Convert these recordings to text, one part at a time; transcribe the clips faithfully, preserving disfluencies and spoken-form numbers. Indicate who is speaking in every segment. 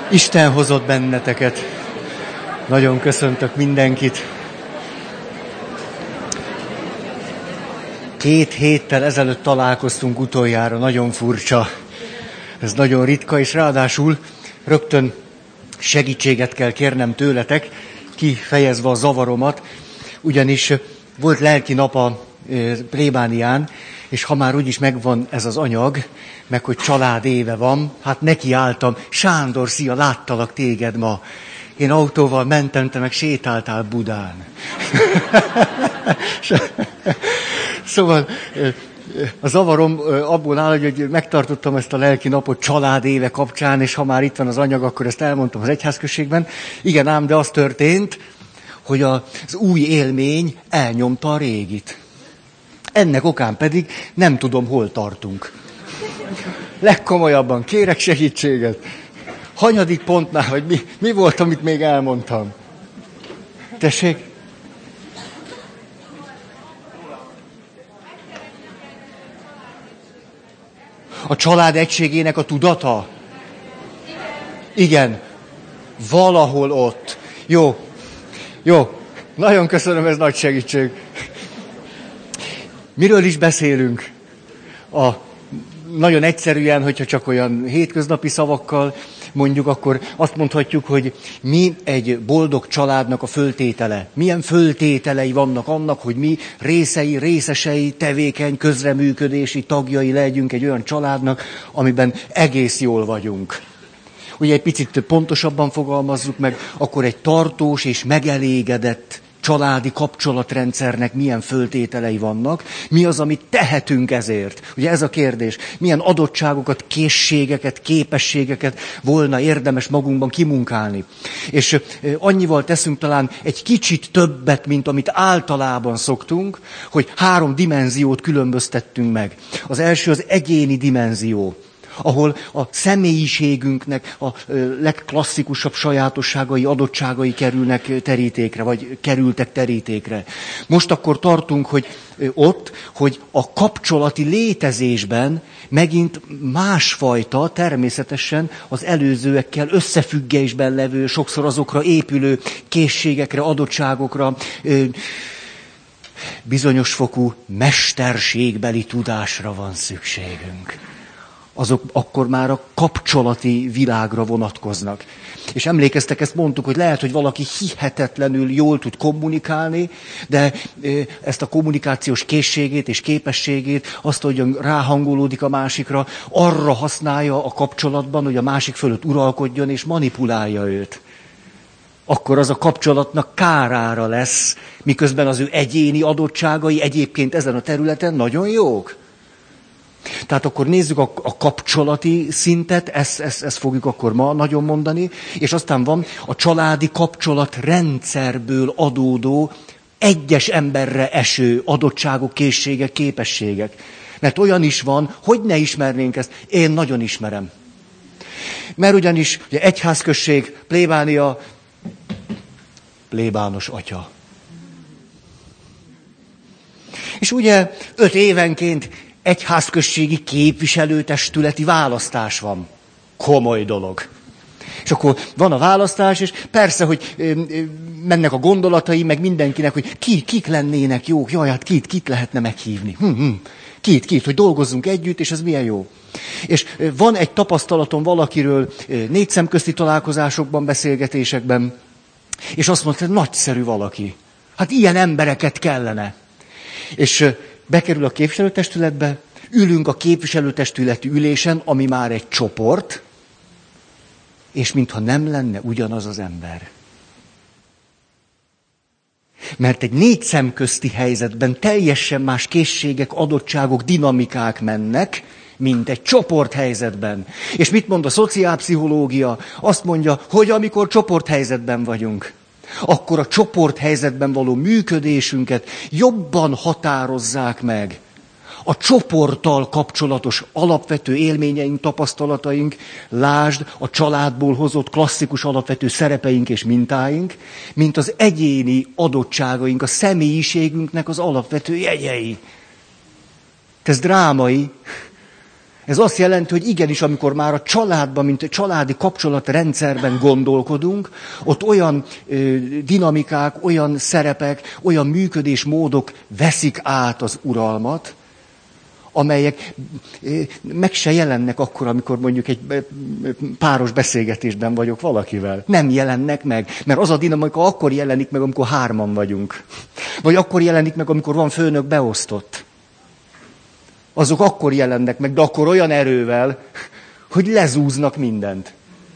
Speaker 1: Isten hozott benneteket. Nagyon köszöntök mindenkit. Két héttel ezelőtt találkoztunk utoljára, nagyon furcsa. Ez nagyon ritka, és ráadásul rögtön segítséget kell kérnem tőletek, kifejezve a zavaromat, ugyanis volt lelki nap a plébánián, és ha már úgyis megvan ez az anyag, meg hogy család éve van, hát nekiálltam. Sándor, szia, láttalak téged ma. Én autóval mentem, te meg sétáltál Budán. Szóval a zavarom abból áll, hogy megtartottam ezt a lelki napot család éve kapcsán, és ha már itt van az anyag, akkor ezt elmondtam az egyházközségben. Igen ám, de az történt, hogy az új élmény elnyomta a régit. Ennek okán pedig nem tudom, hol tartunk. Legkomolyabban kérek segítséget. Hanyadik pontnál, vagy mi, mi volt, amit még elmondtam? Tessék? A család egységének a tudata? Igen. Valahol ott. Jó. Jó. Nagyon köszönöm, ez nagy segítség. Miről is beszélünk? A, nagyon egyszerűen, hogyha csak olyan hétköznapi szavakkal mondjuk, akkor azt mondhatjuk, hogy mi egy boldog családnak a föltétele. Milyen föltételei vannak annak, hogy mi részei, részesei, tevékeny, közreműködési tagjai legyünk egy olyan családnak, amiben egész jól vagyunk. Ugye egy picit pontosabban fogalmazzuk meg, akkor egy tartós és megelégedett családi kapcsolatrendszernek milyen föltételei vannak, mi az, amit tehetünk ezért. Ugye ez a kérdés, milyen adottságokat, készségeket, képességeket volna érdemes magunkban kimunkálni. És annyival teszünk talán egy kicsit többet, mint amit általában szoktunk, hogy három dimenziót különböztettünk meg. Az első az egyéni dimenzió, ahol a személyiségünknek a legklasszikusabb sajátosságai, adottságai kerülnek terítékre, vagy kerültek terítékre. Most akkor tartunk, hogy ott, hogy a kapcsolati létezésben megint másfajta, természetesen az előzőekkel összefüggésben levő, sokszor azokra épülő készségekre, adottságokra, bizonyos fokú mesterségbeli tudásra van szükségünk. Azok akkor már a kapcsolati világra vonatkoznak. És emlékeztek, ezt mondtuk, hogy lehet, hogy valaki hihetetlenül jól tud kommunikálni, de ezt a kommunikációs készségét és képességét, azt, hogy ráhangolódik a másikra, arra használja a kapcsolatban, hogy a másik fölött uralkodjon és manipulálja őt. Akkor az a kapcsolatnak kárára lesz, miközben az ő egyéni adottságai egyébként ezen a területen nagyon jók. Tehát akkor nézzük a, a kapcsolati szintet, ezt, ezt, ezt fogjuk akkor ma nagyon mondani, és aztán van a családi kapcsolatrendszerből adódó, egyes emberre eső adottságok, készségek, képességek. Mert olyan is van, hogy ne ismernénk ezt, én nagyon ismerem. Mert ugyanis ugye egyházközség, plébánia, plébános atya. És ugye öt évenként egyházközségi képviselőtestületi választás van. Komoly dolog. És akkor van a választás, és persze, hogy mennek a gondolatai, meg mindenkinek, hogy ki, kik lennének jók, jaj, hát kit, kit lehetne meghívni. Hm, hm. Kit, kit, hogy dolgozzunk együtt, és ez milyen jó. És van egy tapasztalatom valakiről négy szemközti találkozásokban, beszélgetésekben, és azt mondta, hogy nagyszerű valaki. Hát ilyen embereket kellene. És bekerül a képviselőtestületbe, ülünk a képviselőtestületi ülésen, ami már egy csoport, és mintha nem lenne ugyanaz az ember. Mert egy négy szemközti helyzetben teljesen más készségek, adottságok, dinamikák mennek, mint egy csoporthelyzetben. És mit mond a szociálpszichológia? Azt mondja, hogy amikor csoporthelyzetben vagyunk, akkor a csoporthelyzetben való működésünket jobban határozzák meg a csoporttal kapcsolatos alapvető élményeink, tapasztalataink, lásd a családból hozott klasszikus alapvető szerepeink és mintáink, mint az egyéni adottságaink, a személyiségünknek az alapvető jegyei. Ez drámai, Ez azt jelenti, hogy igenis, amikor már a családban, mint a családi kapcsolatrendszerben gondolkodunk, ott olyan ö, dinamikák, olyan szerepek, olyan működésmódok veszik át az uralmat, amelyek ö, meg se jelennek akkor, amikor mondjuk egy ö, páros beszélgetésben vagyok valakivel. Nem jelennek meg, mert az a dinamika akkor jelenik meg, amikor hárman vagyunk. Vagy akkor jelenik meg, amikor van főnök beosztott. Azok akkor jelennek meg, de akkor olyan erővel, hogy lezúznak mindent.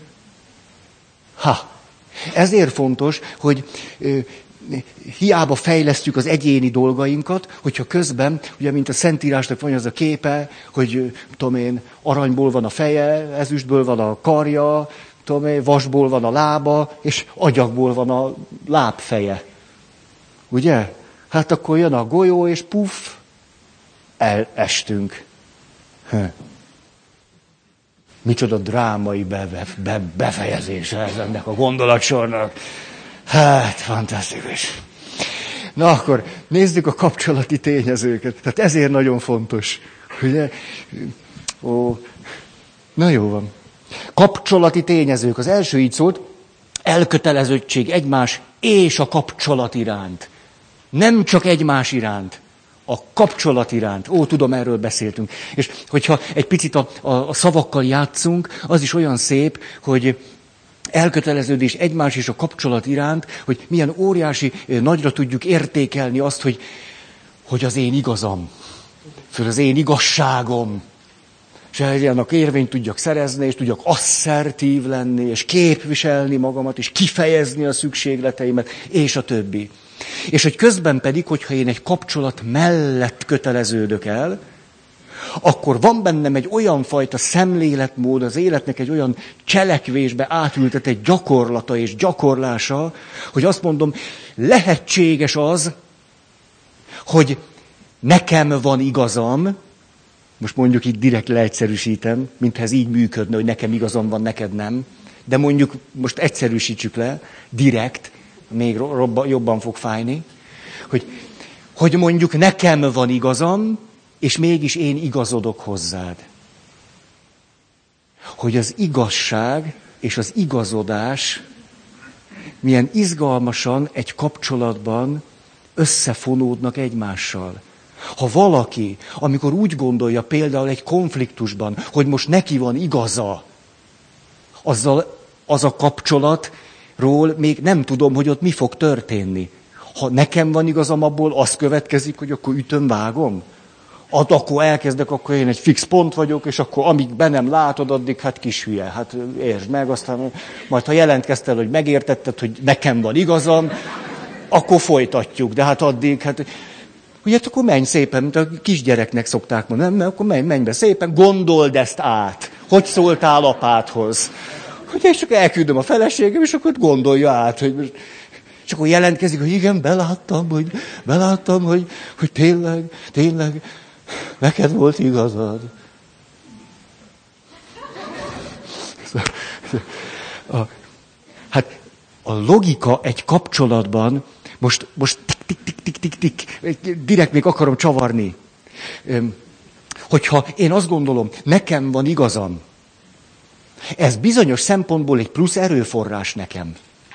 Speaker 1: Ha! Ezért fontos, hogy ö, hiába fejlesztjük az egyéni dolgainkat, hogyha közben, ugye mint a Szentírásnak van az a képe, hogy tudom én, aranyból van a feje, ezüstből van a karja, tudom én, vasból van a lába, és agyagból van a lábfeje. Ugye? Hát akkor jön a golyó, és puff, elestünk. Hm. Micsoda drámai be, be, befejezése ez ennek a gondolatsornak. Hát, fantasztikus. Na akkor nézzük a kapcsolati tényezőket. Tehát ezért nagyon fontos. Ugye? Ó, na jó van. Kapcsolati tényezők. Az első így szólt, elkötelezettség egymás és a kapcsolat iránt. Nem csak egymás iránt. A kapcsolat iránt. Ó, tudom, erről beszéltünk. És hogyha egy picit a, a, a szavakkal játszunk, az is olyan szép, hogy elköteleződés egymás és a kapcsolat iránt, hogy milyen óriási, nagyra tudjuk értékelni azt, hogy, hogy az én igazam, föl az én igazságom, és annak érvényt tudjak szerezni, és tudjak asszertív lenni, és képviselni magamat, és kifejezni a szükségleteimet, és a többi. És hogy közben pedig, hogyha én egy kapcsolat mellett köteleződök el, akkor van bennem egy olyan fajta szemléletmód, az életnek egy olyan cselekvésbe átültetett gyakorlata és gyakorlása, hogy azt mondom, lehetséges az, hogy nekem van igazam, most mondjuk így direkt leegyszerűsítem, mintha ez így működne, hogy nekem igazam van, neked nem, de mondjuk most egyszerűsítsük le, direkt, még robba, jobban fog fájni, hogy, hogy mondjuk nekem van igazam, és mégis én igazodok hozzád. Hogy az igazság és az igazodás milyen izgalmasan egy kapcsolatban összefonódnak egymással. Ha valaki, amikor úgy gondolja például egy konfliktusban, hogy most neki van igaza, azzal az a kapcsolatról még nem tudom, hogy ott mi fog történni. Ha nekem van igazam, abból az következik, hogy akkor ütöm, vágom. Ad, akkor elkezdek, akkor én egy fix pont vagyok, és akkor amíg be nem látod, addig hát kis hülye. Hát értsd meg, aztán majd ha jelentkeztel, hogy megértetted, hogy nekem van igazam, akkor folytatjuk. De hát addig, hát ugye hát akkor menj szépen, mint a kisgyereknek szokták mondani, nem, akkor menj, menj be szépen, gondold ezt át. Hogy szóltál apádhoz? Hogy és csak elküldöm a feleségem, és akkor gondolja át, hogy... És akkor jelentkezik, hogy igen, beláttam, hogy, beláttam, hogy, hogy tényleg, tényleg, neked volt igazad. A, hát a logika egy kapcsolatban, most, most tik, tik, tik, tik, tik, tik, direkt még akarom csavarni. Hogyha én azt gondolom, nekem van igazam, ez bizonyos szempontból egy plusz erőforrás nekem.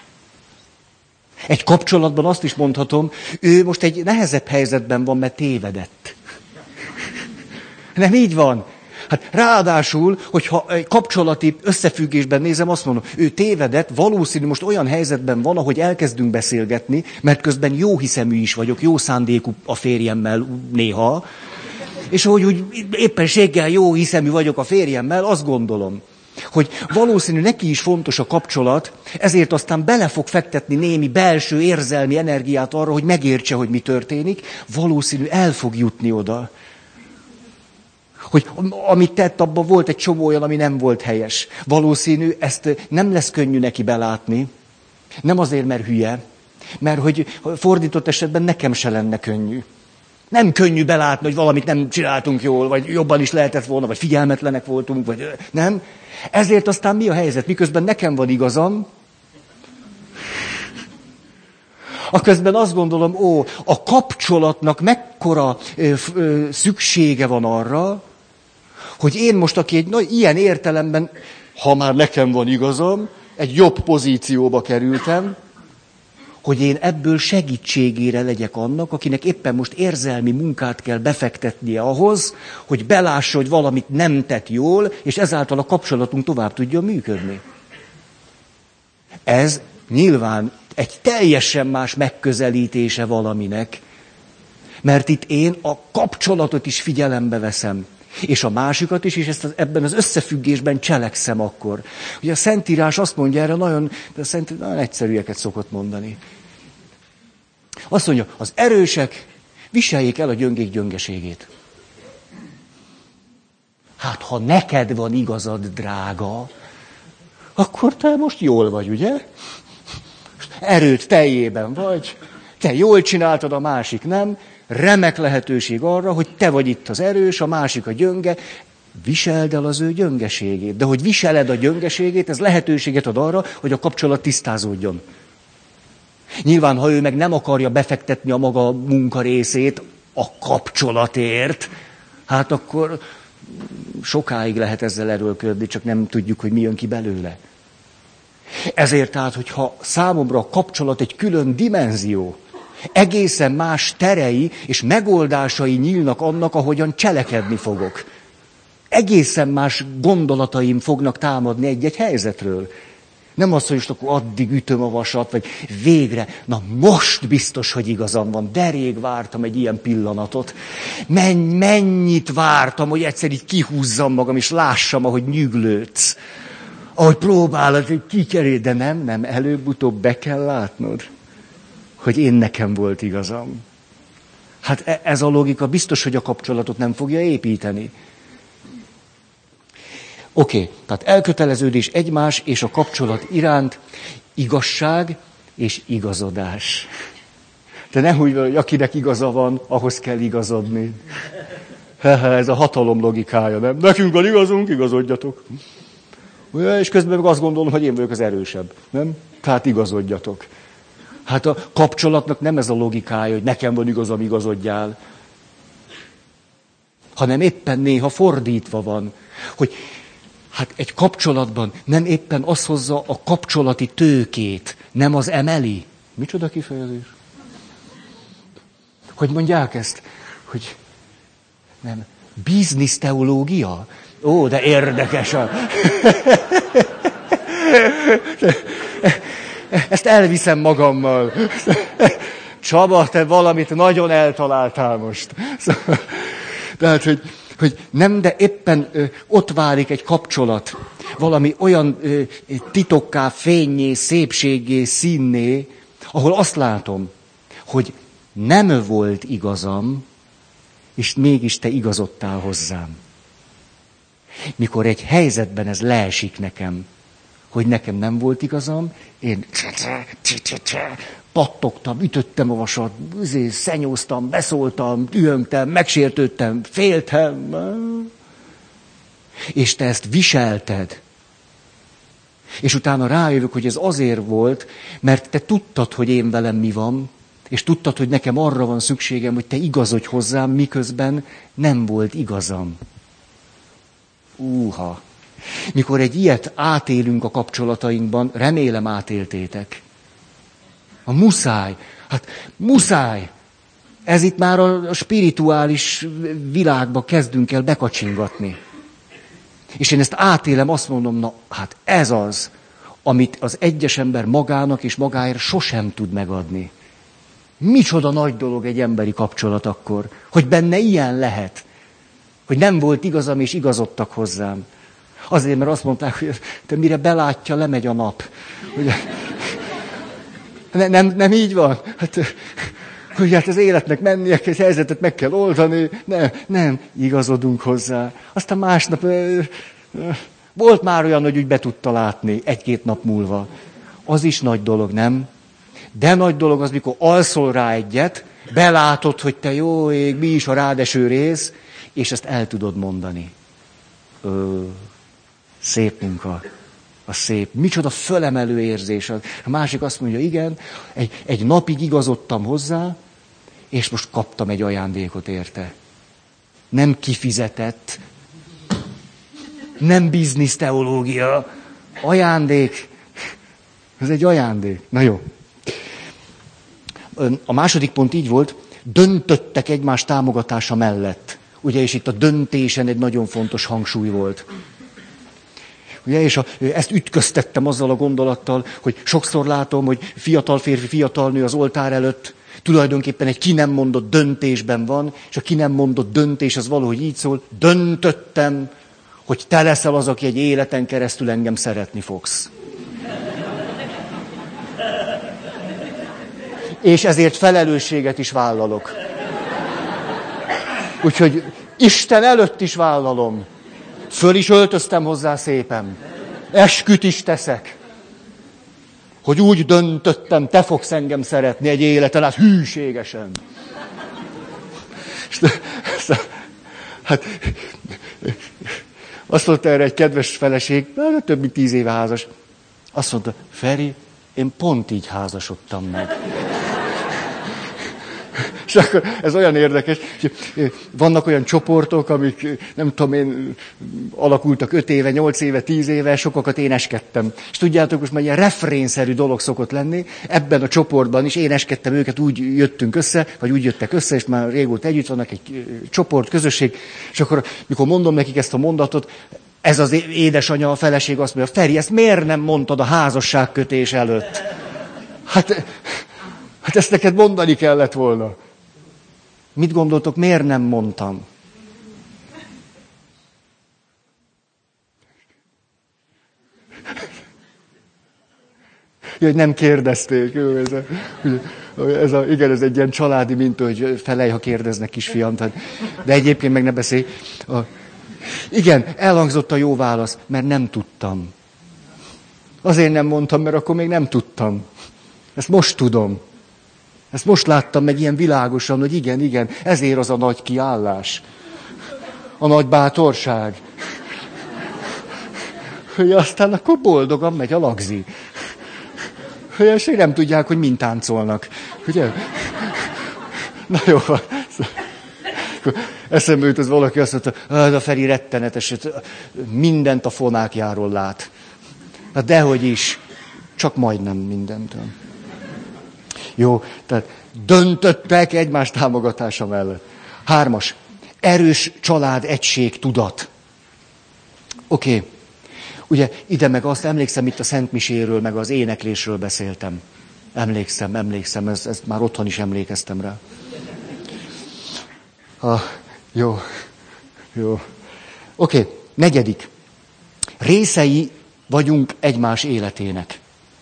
Speaker 1: Egy kapcsolatban azt is mondhatom, ő most egy nehezebb helyzetben van, mert tévedett. Nem így van. Hát ráadásul, hogyha egy kapcsolati összefüggésben nézem, azt mondom, ő tévedett, valószínű most olyan helyzetben van, ahogy elkezdünk beszélgetni, mert közben jó hiszemű is vagyok, jó szándékú a férjemmel néha, és ahogy úgy éppenséggel jó hiszemű vagyok a férjemmel, azt gondolom, hogy valószínű neki is fontos a kapcsolat, ezért aztán bele fog fektetni némi belső érzelmi energiát arra, hogy megértse, hogy mi történik, valószínű el fog jutni oda. Hogy amit tett, abban volt egy csomó olyan, ami nem volt helyes. Valószínű, ezt nem lesz könnyű neki belátni, nem azért, mert hülye, mert hogy fordított esetben nekem se lenne könnyű. Nem könnyű belátni, hogy valamit nem csináltunk jól, vagy jobban is lehetett volna, vagy figyelmetlenek voltunk, vagy nem. Ezért aztán mi a helyzet? Miközben nekem van igazam, aközben azt gondolom, ó, a kapcsolatnak mekkora ö, ö, szüksége van arra, Hogy én most, aki egy na, ilyen értelemben, ha már nekem van igazam, egy jobb pozícióba kerültem, hogy én ebből segítségére legyek annak, akinek éppen most érzelmi munkát kell befektetnie ahhoz, hogy belássa, hogy valamit nem tett jól, és ezáltal a kapcsolatunk tovább tudjon működni. Ez nyilván egy teljesen más megközelítése valaminek, mert itt én a kapcsolatot is figyelembe veszem, és a másikat is, és ezt az, ebben az összefüggésben cselekszem akkor. Ugye a Szentírás azt mondja erre, nagyon, de a Szentírás nagyon egyszerűeket szokott mondani. Azt mondja, az erősek viseljék el a gyöngék gyöngeségét. Hát, ha neked van igazad, drága, akkor te most jól vagy, ugye? Erőt teljében vagy, te jól csináltad, a másik nem, remek lehetőség arra, hogy te vagy itt az erős, a másik a gyönge, viseld el az ő gyöngeségét. De hogy viseled a gyöngeségét, ez lehetőséget ad arra, hogy a kapcsolat tisztázódjon. Nyilván, ha ő meg nem akarja befektetni a maga munkarészét a kapcsolatért, hát akkor sokáig lehet ezzel erőlködni, csak nem tudjuk, hogy mi jön ki belőle. Ezért tehát, hogyha számomra a kapcsolat egy külön dimenzió, egészen más terei és megoldásai nyílnak annak, ahogyan cselekedni fogok. Egészen más gondolataim fognak támadni egy-egy helyzetről. Nem az, hogy most akkor addig ütöm a vasat, vagy végre, na most biztos, hogy igazam van, de rég vártam egy ilyen pillanatot. Menny, mennyit vártam, hogy egyszer így kihúzzam magam, és lássam, ahogy nyüglődsz. Ahogy próbálod, hogy kikerül, de nem, nem, előbb-utóbb be kell látnod, hogy én nekem volt igazam. Hát ez a logika biztos, hogy a kapcsolatot nem fogja építeni. Oké, okay, tehát elköteleződés egymás és a kapcsolat iránt, igazság és igazodás. De nem úgy, hogy akinek igaza van, ahhoz kell igazodni. Ez a hatalom logikája, nem? Nekünk van igazunk, igazodjatok. És közben meg azt gondolom, hogy én vagyok az erősebb, nem? Tehát igazodjatok. Hát a kapcsolatnak nem ez a logikája, hogy nekem van igazam, igazodjál. Hanem éppen néha fordítva van, hogy hát egy kapcsolatban nem éppen az hozza a kapcsolati tőkét, nem az emeli. Micsoda kifejezés? Hogy mondják ezt? Hogy nem, bizniszteológia? Ó, de érdekes a... Ezt elviszem magammal. Csaba, te valamit nagyon eltaláltál most. Tehát, hogy, hogy nem, de éppen ö, ott válik egy kapcsolat. Valami olyan ö, titokká, fényé, szépségé, színné, ahol azt látom, hogy nem volt igazam, és mégis te igazodtál hozzám. Mikor egy helyzetben ez leesik nekem, hogy nekem nem volt igazam, én pattogtam, ütöttem a vasat, szenyóztam, beszóltam, dühöngtem, megsértődtem, féltem. És te ezt viselted. És utána rájövök, hogy ez azért volt, mert te tudtad, hogy én velem mi van, és tudtad, hogy nekem arra van szükségem, hogy te igazodj hozzám, miközben nem volt igazam. Úha! Mikor egy ilyet átélünk a kapcsolatainkban, remélem átéltétek. A muszáj, hát muszáj. Ez itt már a spirituális világba kezdünk el bekacsingatni. És én ezt átélem, azt mondom, na hát ez az, amit az egyes ember magának és magáért sosem tud megadni. Micsoda nagy dolog egy emberi kapcsolat akkor, hogy benne ilyen lehet. Hogy nem volt igazam, és igazodtak hozzám. Azért, mert azt mondták, hogy te mire belátja, lemegy a nap. Ugye, ne, nem, nem így van? Hát, hogy hát az életnek mennie, egy helyzetet meg kell oldani. Nem, nem, igazodunk hozzá. Aztán másnap volt már olyan, hogy úgy be tudta látni egy-két nap múlva. Az is nagy dolog, nem? De nagy dolog az, mikor alszol rá egyet, belátod, hogy te jó ég, mi is a rádeső rész, és ezt el tudod mondani. Ö, szép munka. A szép. Micsoda fölemelő érzés. A másik azt mondja, igen, egy, egy napig igazodtam hozzá, és most kaptam egy ajándékot érte. Nem kifizetett, Nem biznisz teológia. Ajándék. Ez egy ajándék. Na jó. A második pont így volt, döntöttek egymás támogatása mellett. Ugye, és itt a döntésen egy nagyon fontos hangsúly volt. Ugye, és a, ezt ütköztettem azzal a gondolattal, hogy sokszor látom, hogy fiatal férfi, fiatal nő az oltár előtt tulajdonképpen egy ki nem mondott döntésben van, és a ki nem mondott döntés az valahogy így szól, döntöttem, hogy te leszel az, aki egy életen keresztül engem szeretni fogsz. És ezért felelősséget is vállalok. Úgyhogy Isten előtt is vállalom. Föl is öltöztem hozzá szépen. Esküt is teszek. Hogy úgy döntöttem, te fogsz engem szeretni egy életen át hűségesen. Hát, azt mondta erre egy kedves feleség, több mint tíz éve házas. Azt mondta, Feri, én pont így házasodtam meg. És akkor ez olyan érdekes, hogy vannak olyan csoportok, amik nem tudom én, alakultak öt éve, nyolc éve, tíz éve, sokakat éneskedtem. És tudjátok, most már ilyen refrénszerű dolog szokott lenni, ebben a csoportban is éneskedtem őket, úgy jöttünk össze, vagy úgy jöttek össze, és már régóta együtt vannak, egy csoport, közösség, és akkor, mikor mondom nekik ezt a mondatot, ez az édesanyja, a feleség azt mondja, Feri, ezt miért nem mondtad a házasságkötés előtt? Hát, hát ezt neked mondani kellett volna. Mit gondoltok, miért nem mondtam? Hogy nem kérdezték. Jó, ez, a, ez a, igen, ez egy ilyen családi minta, hogy felej, ha kérdeznek, kisfiam. Tehát, de egyébként meg ne beszélj. A, igen, elhangzott a jó válasz, mert nem tudtam. Azért nem mondtam, mert akkor még nem tudtam. Ezt most tudom. Ezt most láttam meg ilyen világosan, hogy igen, igen, ezért az a nagy kiállás. A nagy bátorság. Hogy aztán akkor boldogan megy a lagzi. Hogy ezt nem tudják, hogy mind táncolnak. Ugye? Na jó. Eszembe jut, az valaki azt mondta, hogy a Feri rettenetes, mindent a fonákjáról lát. Hát dehogy is, csak majdnem mindent. Jó, tehát döntöttek egymás támogatása mellett. Hármas, erős család, egység, tudat. Oké, okay. Ugye ide meg azt emlékszem, itt a Szent Miséről, meg az éneklésről beszéltem. Emlékszem, emlékszem, ezt, ezt már otthon is emlékeztem rá. Ah, jó, jó. Oké, okay. Negyedik. Részei vagyunk egymás életének.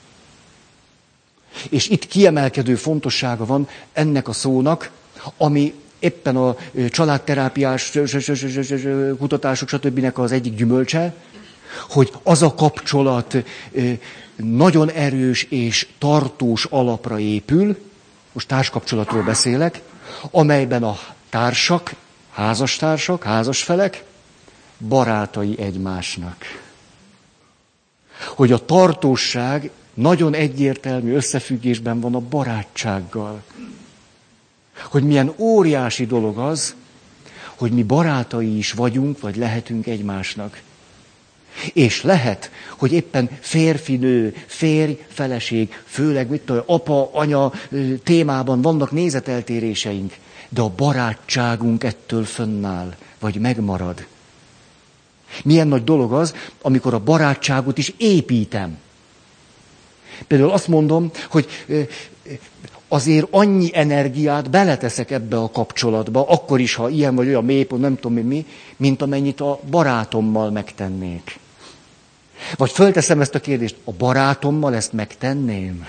Speaker 1: És itt kiemelkedő fontossága van ennek a szónak, ami éppen a családterápiás kutatások, stb. Az egyik gyümölcse, hogy az a kapcsolat nagyon erős és tartós alapra épül, most társkapcsolatról beszélek, amelyben a társak, házastársak, házasfelek barátai egymásnak. Hogy a tartóság nagyon egyértelmű összefüggésben van a barátsággal. Hogy milyen óriási dolog az, hogy mi barátai is vagyunk, vagy lehetünk egymásnak. És lehet, hogy éppen férfi-nő, férj-feleség, főleg mit tudom, apa, anya témában vannak nézeteltéréseink, de a barátságunk ettől fönnáll, vagy megmarad. Milyen nagy dolog az, amikor a barátságot is építem. Például azt mondom, hogy azért annyi energiát beleteszek ebbe a kapcsolatba, akkor is, ha ilyen vagy olyan mélypont, nem tudom mi, mint amennyit a barátommal megtennék. Vagy fölteszem ezt a kérdést, a barátommal ezt megtenném?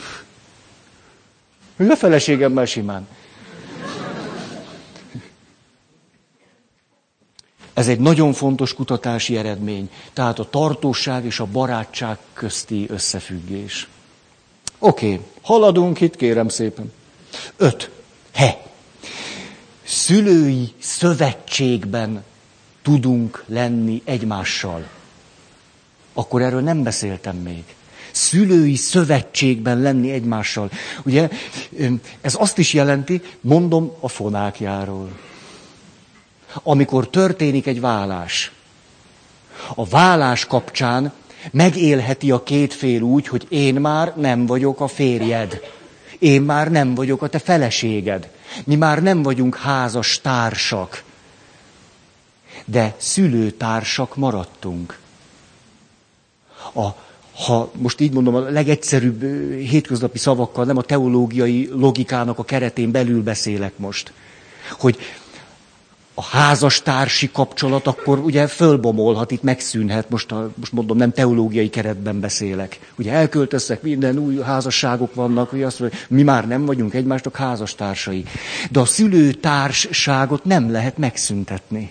Speaker 1: A feleségemmel simán. Ez egy nagyon fontos kutatási eredmény. Tehát a tartóság és a barátság közti összefüggés. Oké, okay. Haladunk itt, kérem szépen. Öt. He. Szülői szövetségben tudunk lenni egymással. Akkor erről nem beszéltem még. Szülői szövetségben lenni egymással. Ugye, ez azt is jelenti, mondom a fonákjáról. Amikor történik egy válás, A válás kapcsán megélheti a két fél úgy, hogy én már nem vagyok a férjed. Én már nem vagyok a te feleséged. Mi már nem vagyunk házas társak. De szülőtársak maradtunk. A, ha most így mondom, a legegyszerűbb hétköznapi szavakkal, nem a teológiai logikának a keretén belül beszélek most, hogy a házastársi kapcsolat akkor ugye fölbomolhat, itt megszűnhet, most, a, most mondom, nem teológiai keretben beszélek. Ugye elköltöztek, minden új házasságok vannak, ugye azt mondja, mi már nem vagyunk egymásnak házastársai. De a szülőtársságot nem lehet megszüntetni.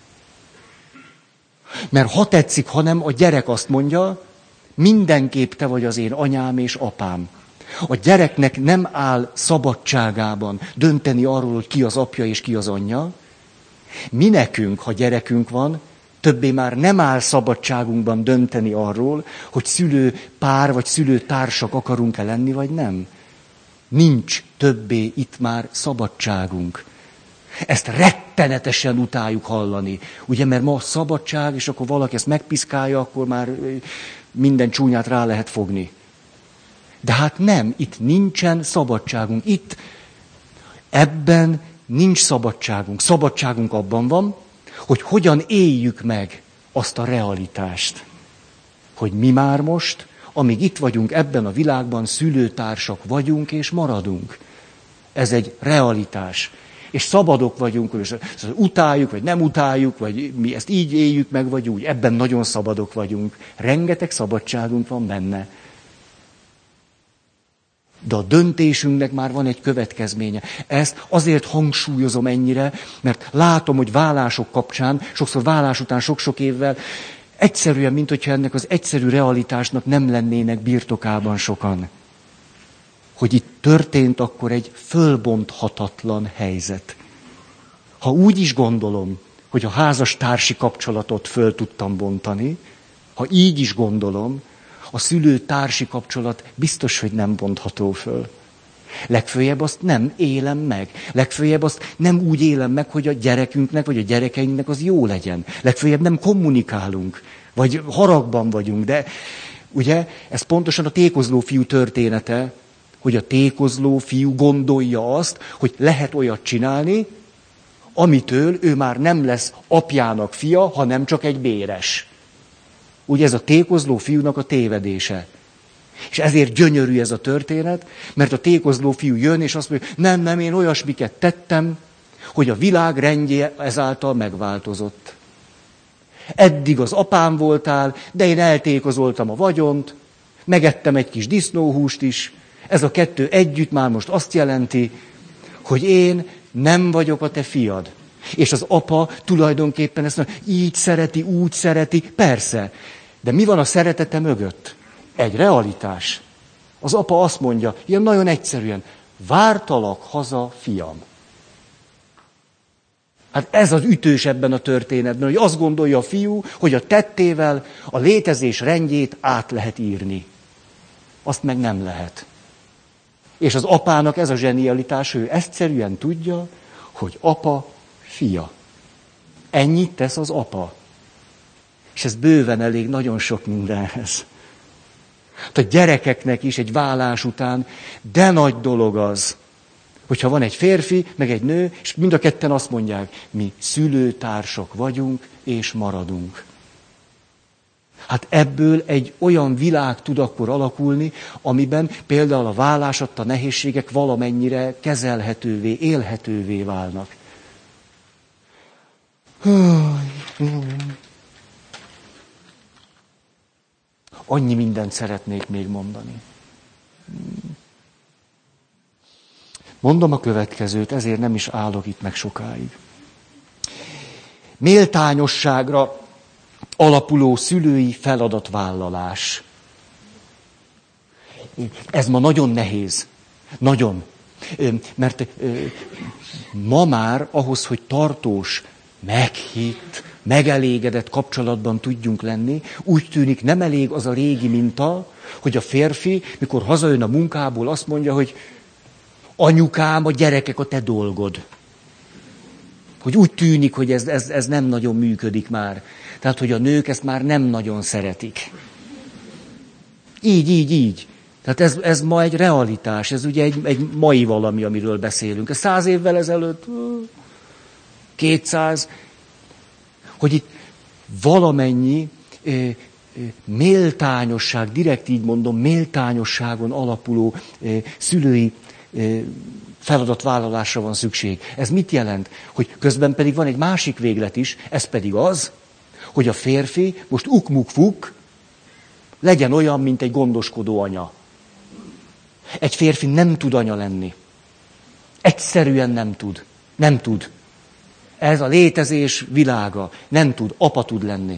Speaker 1: Mert ha tetszik, hanem a gyerek azt mondja, mindenképp te vagy az én anyám és apám. A gyereknek nem áll szabadságában dönteni arról, hogy ki az apja és ki az anyja. Mi nekünk, ha gyerekünk van, többé már nem áll szabadságunkban dönteni arról, hogy szülő pár vagy szülőtársak akarunk-e lenni, vagy nem. Nincs többé itt már szabadságunk. Ezt rettenetesen utáljuk hallani. Ugye, mert ma a szabadság, és akkor valaki ezt megpiszkálja, akkor már minden csúnyát rá lehet fogni. De hát nem, itt nincsen szabadságunk. Itt ebben nincs szabadságunk. Szabadságunk abban van, hogy hogyan éljük meg azt a realitást. Hogy mi már most, amíg itt vagyunk ebben a világban, szülőtársak vagyunk és maradunk. Ez egy realitás. És szabadok vagyunk, és utáljuk, vagy nem utáljuk, vagy mi ezt így éljük meg, vagy úgy. Ebben nagyon szabadok vagyunk. Rengeteg szabadságunk van benne. De a döntésünknek már van egy következménye. Ezt azért hangsúlyozom ennyire, mert látom, hogy vállások kapcsán, sokszor vállás után sok-sok évvel, egyszerűen, mint hogyha ennek az egyszerű realitásnak nem lennének birtokában sokan. Hogy itt történt akkor egy fölbonthatatlan helyzet. Ha úgy is gondolom, hogy a házastársi kapcsolatot föl tudtam bontani, ha így is gondolom, a szülő-társi kapcsolat biztos, hogy nem bontható föl. Legfőjebb azt nem élem meg. Legfőjebb azt nem úgy élem meg, hogy a gyerekünknek vagy a gyerekeinknek az jó legyen. Legfőjebb nem kommunikálunk, vagy haragban vagyunk. De ugye ez pontosan a tékozló fiú története, hogy a tékozló fiú gondolja azt, hogy lehet olyat csinálni, amitől ő már nem lesz apjának fia, hanem csak egy béres. Ugye ez a tékozló fiúnak a tévedése. És ezért gyönyörű ez a történet, mert a tékozló fiú jön, és azt mondja, nem, nem, én olyasmiket tettem, hogy a világ rendje ezáltal megváltozott. Eddig az apám voltál, de én eltékozoltam a vagyont, megettem egy kis disznóhúst is, ez a kettő együtt már most azt jelenti, hogy én nem vagyok a te fiad. És az apa tulajdonképpen ezt mondja, így szereti, úgy szereti, persze. De mi van a szeretete mögött? Egy realitás. Az apa azt mondja, ilyen nagyon egyszerűen, vártalak haza, fiam. Hát ez az ütős ebben a történetben, hogy azt gondolja a fiú, hogy a tettével a létezés rendjét át lehet írni. Azt meg nem lehet. És az apának ez a zsenialitás, ő egyszerűen tudja, hogy apa fia. Ennyit tesz az apa. És ez bőven elég nagyon sok mindenhez. A gyerekeknek is egy vállás után, de nagy dolog az, hogyha van egy férfi, meg egy nő, és mind a ketten azt mondják, mi szülőtársak vagyunk, és maradunk. Hát ebből egy olyan világ tud akkor alakulni, amiben például a vállás adta nehézségek valamennyire kezelhetővé, élhetővé válnak. Annyi mindent szeretnék még mondani. Mondom a következőt, ezért nem is állok itt meg sokáig. Méltányosságra alapuló szülői feladatvállalás. Ez ma nagyon nehéz. Nagyon. Mert ma már ahhoz, hogy tartós, meghitt, megelégedett kapcsolatban tudjunk lenni, úgy tűnik nem elég az a régi minta, hogy a férfi, mikor hazajön a munkából, azt mondja, hogy anyukám, a gyerekek a te dolgod. Hogy úgy tűnik, hogy ez, ez, ez nem nagyon működik már. Tehát, hogy a nők ezt már nem nagyon szeretik. Így, így, így. Tehát ez, ez ma egy realitás, ez ugye egy, egy mai valami, amiről beszélünk. Ez száz évvel ezelőtt, kétszáz, hogy itt valamennyi eh, méltányosság, direkt így mondom, méltányosságon alapuló eh, szülői eh, feladatvállalásra van szükség. Ez mit jelent? Hogy közben pedig van egy másik véglet is, ez pedig az, hogy a férfi most ukmuk-fuk legyen olyan, mint egy gondoskodó anya. Egy férfi nem tud anya lenni. Egyszerűen nem tud. Nem tud. Ez a létezés világa. Nem tud. Apa tud lenni.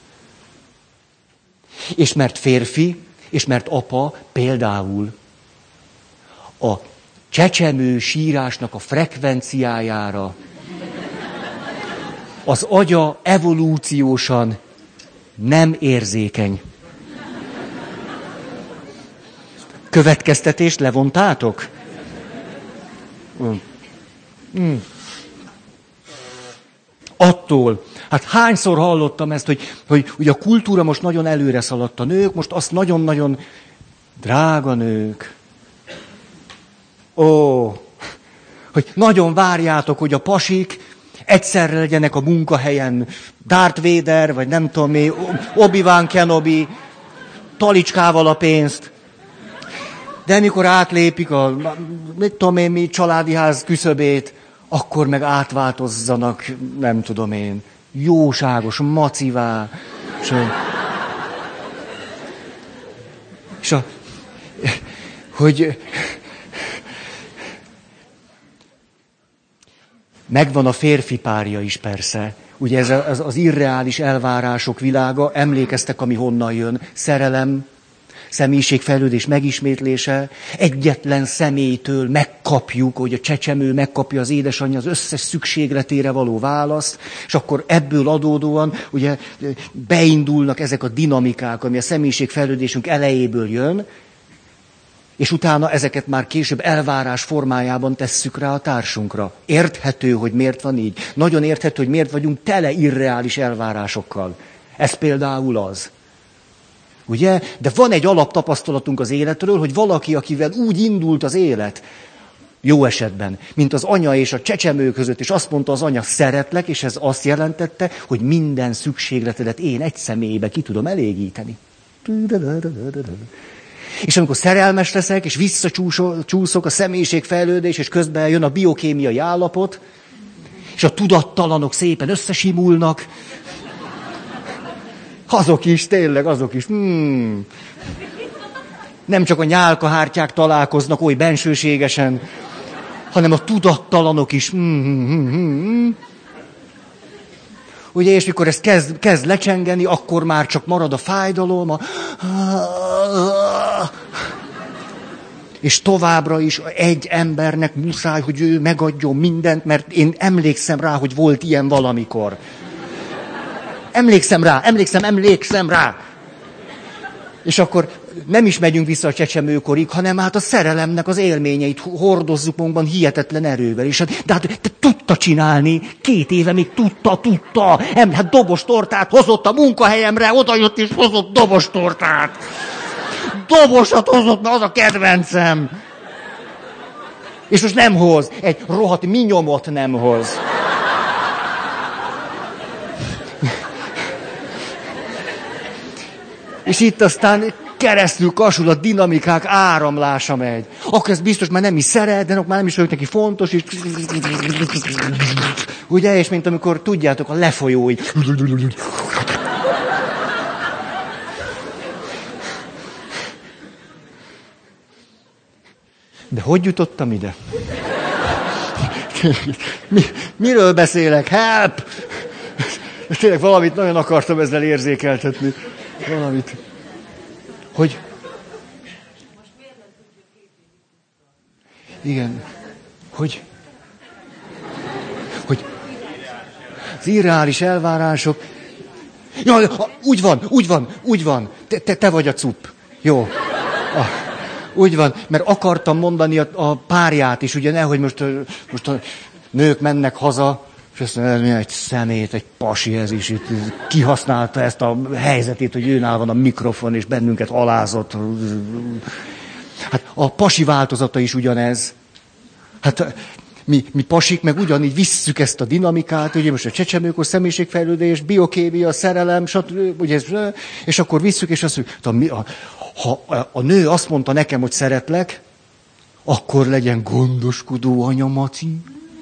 Speaker 1: És mert férfi, és mert apa például a csecsemő sírásnak a frekvenciájára az agya evolúciósan nem érzékeny. Következtetést levontátok? Mm. Attól. Hát hányszor hallottam ezt, hogy, hogy, hogy a kultúra most nagyon előre szaladt, a nők, most azt nagyon-nagyon drága nők. Ó, hogy nagyon várjátok, hogy a pasik egyszerre legyenek a munkahelyen Darth Vader, vagy nem tudom mi, Obi-Wan Kenobi, talicskával a pénzt. De mikor átlépik a, mit tudom én mi, családi ház küszöbét, akkor meg átváltozzanak, nem tudom én, jóságos macivá. És a, és a hogy megvan a férfi párja is persze. Ugye ez az, az irreális elvárások világa, emlékeztek, ami honnan jön, szerelem, személyiségfejlődés megismétlése, egyetlen személytől megkapjuk, hogy a csecsemő megkapja az édesanyja az összes szükségletére való választ, és akkor ebből adódóan ugye beindulnak ezek a dinamikák, ami a személyiségfejlődésünk elejéből jön, és utána ezeket már később elvárás formájában tesszük rá a társunkra. Érthető, hogy miért van így. Nagyon érthető, hogy miért vagyunk tele irreális elvárásokkal. Ez például az. Ugye? De van egy alaptapasztalatunk az életről, hogy valaki, akivel úgy indult az élet, jó esetben, mint az anya és a csecsemő között, és azt mondta az anya, szeretlek, és ez azt jelentette, hogy minden szükségletedet én egy személybe ki tudom elégíteni. És amikor szerelmes leszek, és visszacsúszok a személyiségfejlődés, és közben jön a biokémiai állapot, és a tudattalanok szépen összesimulnak, azok is, tényleg, azok is. Hmm. Nem csak a nyálkahártyák találkoznak oly bensőségesen, hanem a tudattalanok is. Hmm, hmm, hmm, hmm. Ugye, és mikor ez kezd, kezd lecsengeni, akkor már csak marad a fájdalom, a... és továbbra is egy embernek muszáj, hogy ő megadjon mindent, mert én emlékszem rá, hogy volt ilyen valamikor. Emlékszem rá, emlékszem, emlékszem rá. És akkor nem is megyünk vissza a csecsemőkorig, hanem hát a szerelemnek az élményeit hordozzuk magunkban hihetetlen erővel. És hát, de hát te tudta csinálni, két éve még tudta, tudta. Em, hát dobostortát hozott a munkahelyemre, oda jött és hozott dobostortát. Dobosat hozott, na az a kedvencem. És most nem hoz, egy rohadt minyomot nem hoz. És itt aztán keresztül kasul a dinamikák áramlása megy. Akkor ez biztos már nem is szeret, de már nem is vagyok neki fontos, és... Ugye, és mint amikor tudjátok, a lefolyó így... De hogy jutottam ide? Mi, miről beszélek? Help! Tényleg valamit nagyon akartam ezzel érzékeltetni. Valamit. Hogy? Igen. Hogy? Hogy? Az irreális elvárások. Jaj, úgy van, úgy van, úgy van. Te, te, te vagy a cup. Jó. Ah, úgy van, mert akartam mondani a, a párját is, ugye nehogy most, most a nők mennek haza, És azt mondja, ez mi egy szemét, egy pasi ez is. Itt kihasználta ezt a helyzetét, hogy őnál van a mikrofon, és bennünket alázott. Hát a pasi változata is ugyanez. Hát mi, mi pasik meg ugyanígy visszük ezt a dinamikát, ugye most a csecsemőkor személyiségfejlődés, biokémia, szerelem, stb. Ugye, és akkor visszük, és azt mondjuk, ha a nő azt mondta nekem, hogy szeretlek, akkor legyen gondoskodó anya, Maci.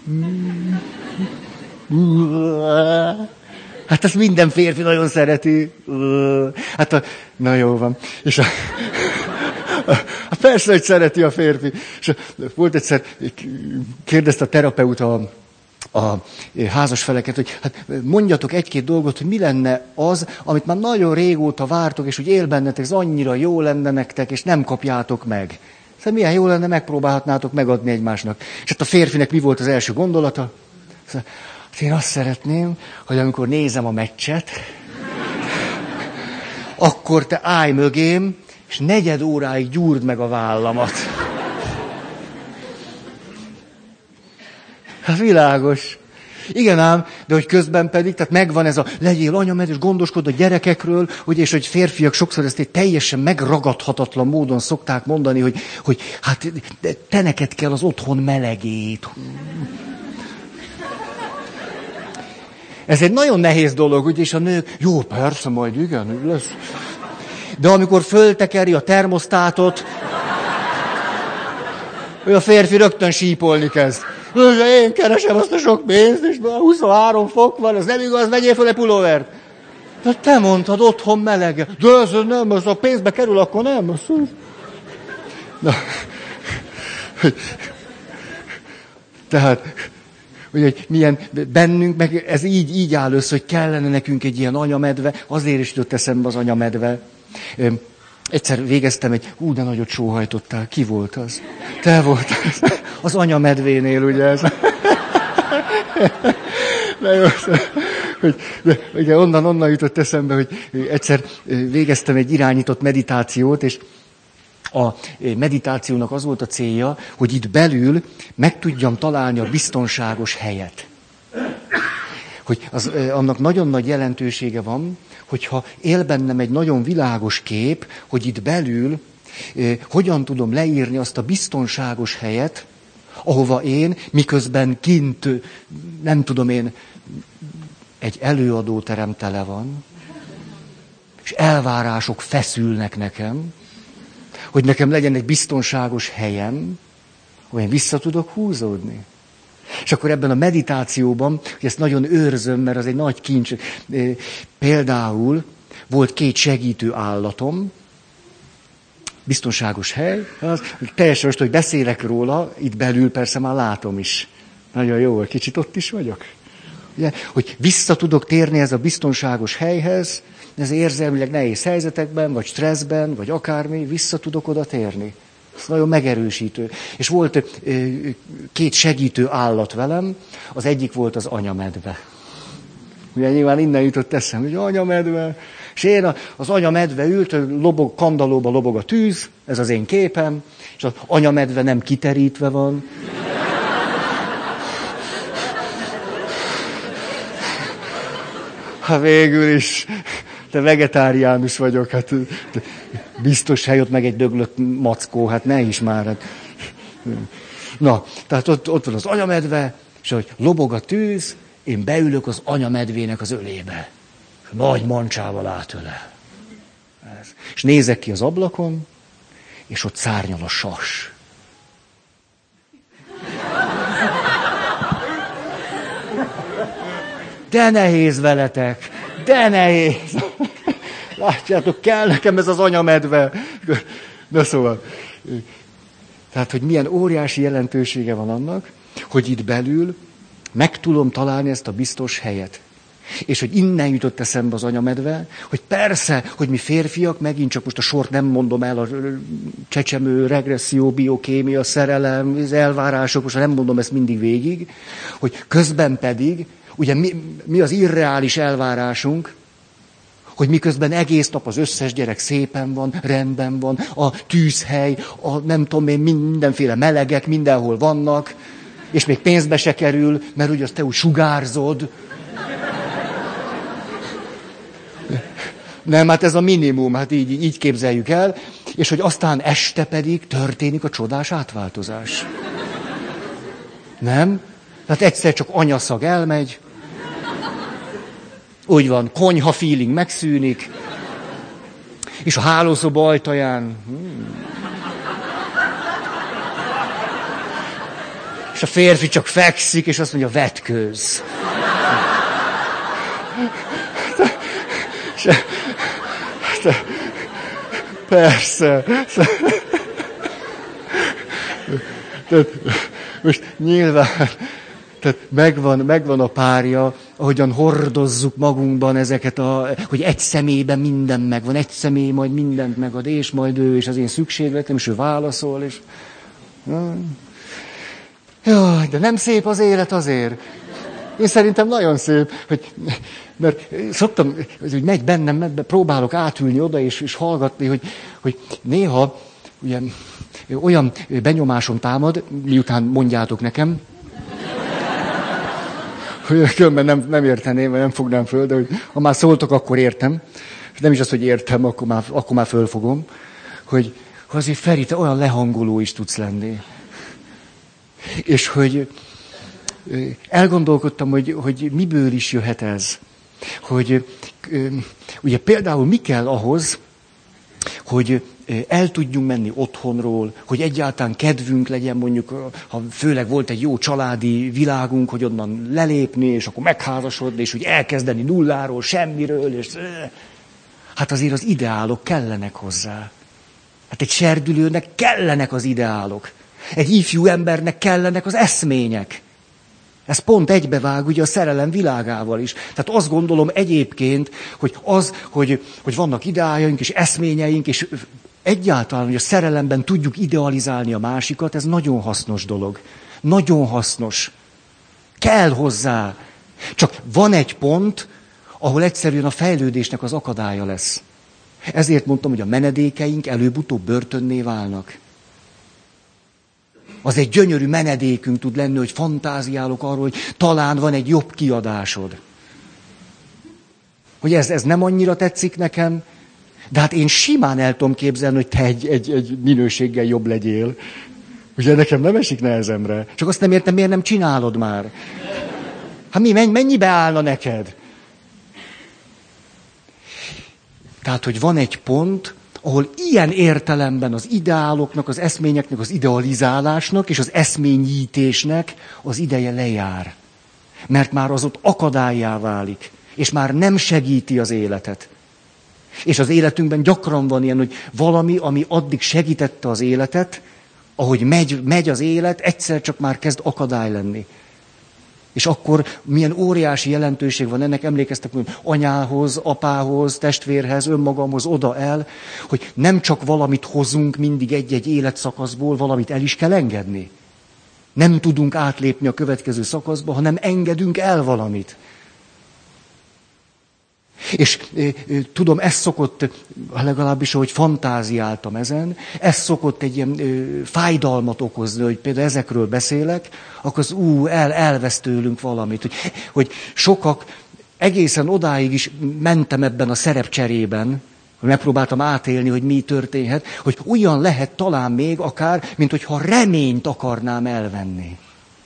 Speaker 1: Hát ezt minden férfi nagyon szereti. Hát a, na jó van. És a, a, persze, hogy szereti a férfi. És a, volt egyszer, kérdezte a terapeuta a, a házasfeleket, hogy hát mondjatok egy-két dolgot, hogy mi lenne az, amit már nagyon régóta vártok, és úgy él bennetek, ez annyira jó lenne nektek, és nem kapjátok meg. Szóval milyen jó lenne, megpróbálhatnátok megadni egymásnak. És hát a férfinek mi volt az első gondolata? Szóval, hát én azt szeretném, hogy amikor nézem a meccset, akkor te állj mögém, és negyed óráig gyúrd meg a vállamat. Hát világos. Igen ám, de hogy közben pedig, tehát megvan ez a legyél anyamed, és gondoskodj a gyerekekről, ugye, és hogy férfiak sokszor ezt egy teljesen megragadhatatlan módon szokták mondani, hogy, hogy hát te neked kell az otthon melegét. Ez egy nagyon nehéz dolog, ugye, és a nők, jó, persze, majd igen, lesz. De amikor föltekeri a termosztátot, a férfi rögtön sípolni kezd. Én keresem azt a sok pénzt, és huszonhárom fok van, ez nem igaz, vegyél föl egy pulóvert. De te mondtad, otthon melege. De ez nem, az a pénzbe kerül, akkor nem. Az... Na. Tehát, hogy milyen bennünk, meg ez így, így áll össze, hogy kellene nekünk egy ilyen anyamedve, azért is jutott eszembe az anyamedve. Egyszer végeztem egy, ú, de nagyot sóhajtottál, ki volt az? Te voltál. Az anyamedvénél, ugye ez. De jó, hogy, de, ugye onnan, onnan jutott eszembe, hogy egyszer végeztem egy irányított meditációt, és a meditációnak az volt a célja, hogy itt belül meg tudjam találni a biztonságos helyet. Hogy az, annak nagyon nagy jelentősége van, hogyha él bennem egy nagyon világos kép, hogy itt belül eh, hogyan tudom leírni azt a biztonságos helyet, ahova én, miközben kint, nem tudom én, egy előadóterem tele van, és elvárások feszülnek nekem, hogy nekem legyen egy biztonságos helyem, ahol én vissza tudok húzódni. És akkor ebben a meditációban, hogy ezt nagyon őrzöm, mert az egy nagy kincs. Például volt két segítő állatom, biztonságos hely, az, teljesen most, hogy beszélek róla, itt belül persze már látom is. Nagyon jó, kicsit ott is vagyok. Ugye, hogy vissza tudok térni ez a biztonságos helyhez, ez érzelmileg nehéz helyzetekben, vagy stresszben, vagy akármi, vissza tudok oda térni. Ez nagyon megerősítő. És volt két segítő állat velem, az egyik volt az anyamedve. Ugye nyilván innen jutott eszem, hogy anyamedve. És én az anyamedve ült, lobog, kandallóba lobog a tűz, ez az én képem, és az anyamedve nem kiterítve van. Ha végül is, te vegetáriánus vagyok, hát biztos hely, ott meg egy döglött mackó, hát ne is már. Hát. Na, tehát ott, ott van az anyamedve, és hogy lobog a tűz, én beülök az anyamedvének az ölébe. Nagy mancsával átöle. Ez. És nézek ki az ablakon, és ott szárnyal a sas. De nehéz veletek, de nehéz. Látjátok, kell nekem ez az anyamedve. Na szóval, tehát, hogy milyen óriási jelentősége van annak, hogy itt belül meg tudom találni ezt a biztos helyet. És hogy innen jutott eszembe az anyamedve, hogy persze, hogy mi férfiak, megint csak most a sort nem mondom el, a csecsemő, regresszió, biokémia, szerelem, az elvárások, most nem mondom ezt mindig végig, hogy közben pedig, ugye mi, mi az irreális elvárásunk, hogy miközben egész nap az összes gyerek szépen van, rendben van, a tűzhely, a nem tudom én, mindenféle melegek mindenhol vannak, És még pénzbe se kerül, mert ugye azt te úgy sugárzod. Nem, hát ez a minimum, hát így, így képzeljük el. És hogy aztán este pedig történik a csodás átváltozás. Nem? Tehát egyszer csak anyaszag elmegy. Úgy van, konyha feeling megszűnik. És a hálószoba ajtaján... Hmm. És a férfi csak fekszik, és azt mondja, vetkőz. Persze. Tehát, most nyilván, tehát megvan, megvan a párja, ahogyan hordozzuk magunkban ezeket a, hogy egy személyben minden megvan, egy személy majd mindent megad, és majd ő, és az én szükségletem, és ő válaszol, és... Jaj, de nem szép az élet azért. Én szerintem nagyon szép, hogy, mert szoktam, hogy megy bennem, mert próbálok átülni oda, és, és hallgatni, hogy, hogy néha ugye, olyan benyomásom támad, miután mondjátok nekem, hogy különben nem, nem érteném, vagy nem fognám föl, de hogy ha már szóltok, akkor értem. És nem is az, hogy értem, akkor már, akkor már fölfogom, hogy, hogy azért Feri, te olyan lehangoló is tudsz lenni. És hogy elgondolkodtam, hogy, hogy miből is jöhet ez. Hogy ugye például mi kell ahhoz, hogy el tudjunk menni otthonról, hogy egyáltalán kedvünk legyen, mondjuk, ha főleg volt egy jó családi világunk, hogy onnan lelépni, és akkor megházasodni, és úgy elkezdeni nulláról, semmiről, és hát azért az ideálok kellenek hozzá. Hát egy serdülőnek kellenek az ideálok. Egy ifjú embernek kellenek az eszmények. Ez pont egybevág ugye a szerelem világával is. Tehát azt gondolom egyébként, hogy az, hogy, hogy vannak ideájaink és eszményeink, és egyáltalán, hogy a szerelemben tudjuk idealizálni a másikat, ez nagyon hasznos dolog. Nagyon hasznos. Kell hozzá. Csak van egy pont, ahol egyszerűen a fejlődésnek az akadálya lesz. Ezért mondtam, hogy a menedékeink előbb-utóbb börtönné válnak. Az egy gyönyörű menedékünk tud lenni, hogy fantáziálok arról, hogy talán van egy jobb kiadásod. Hogy ez, ez nem annyira tetszik nekem, de hát én simán el tudom képzelni, hogy te egy, egy, egy minőséggel jobb legyél. Ugye nekem nem esik nehezemre. Csak azt nem értem, miért nem csinálod már. Hát mi, mennyibe állna neked? Tehát, hogy van egy pont, ahol ilyen értelemben az ideáloknak, az eszményeknek, az idealizálásnak és az eszményítésnek az ideje lejár. Mert már az ott akadályá válik, és már nem segíti az életet. És az életünkben gyakran van ilyen, hogy valami, ami addig segítette az életet, ahogy megy, megy az élet, egyszer csak már kezd akadály lenni. És akkor milyen óriási jelentőség van ennek, emlékeztek, hogy anyához, apához, testvérhez, önmagamhoz, oda el, hogy nem csak valamit hozunk mindig egy-egy életszakaszból, valamit el is kell engedni. Nem tudunk átlépni a következő szakaszba, hanem engedünk el valamit. És e, e, tudom, ez szokott, legalábbis, ahogy fantáziáltam ezen, ez szokott egy ilyen e, fájdalmat okozni, hogy például ezekről beszélek, akkor az ú, el, elvesz tőlünk valamit. Hogy, hogy sokak, egészen odáig is mentem ebben a szerepcserében, hogy megpróbáltam átélni, hogy mi történhet, hogy olyan lehet talán még akár, mint hogyha reményt akarnám elvenni.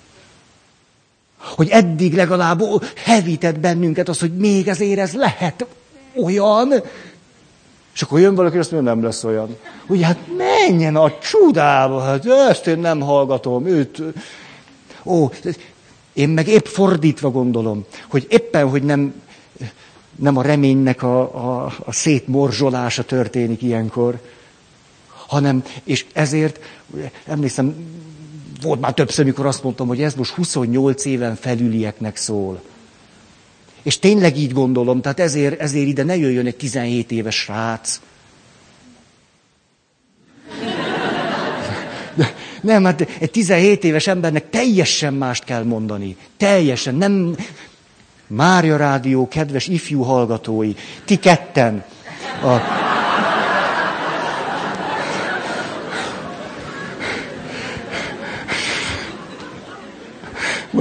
Speaker 1: Hogy eddig legalább hevített bennünket az, hogy még ezért ez lehet olyan. És akkor jön valaki, és azt mondja, nem lesz olyan. Ugye, hát menjen a csudába, hát ezt én nem hallgatom, őt. Ó, én meg épp fordítva gondolom, hogy éppen, hogy nem, nem a reménynek a, a, a szétmorzsolása történik ilyenkor, hanem, és ezért, emlékszem, volt már többször, mikor azt mondtam, hogy ez most huszonnyolc éven felülieknek szól. És tényleg így gondolom, tehát ezért, ezért ide ne jöjjön egy tizenhét éves srác. De, nem, hát egy tizenhét éves embernek teljesen mást kell mondani. Teljesen, nem... Mária Rádió, kedves ifjú hallgatói, ti ketten. A...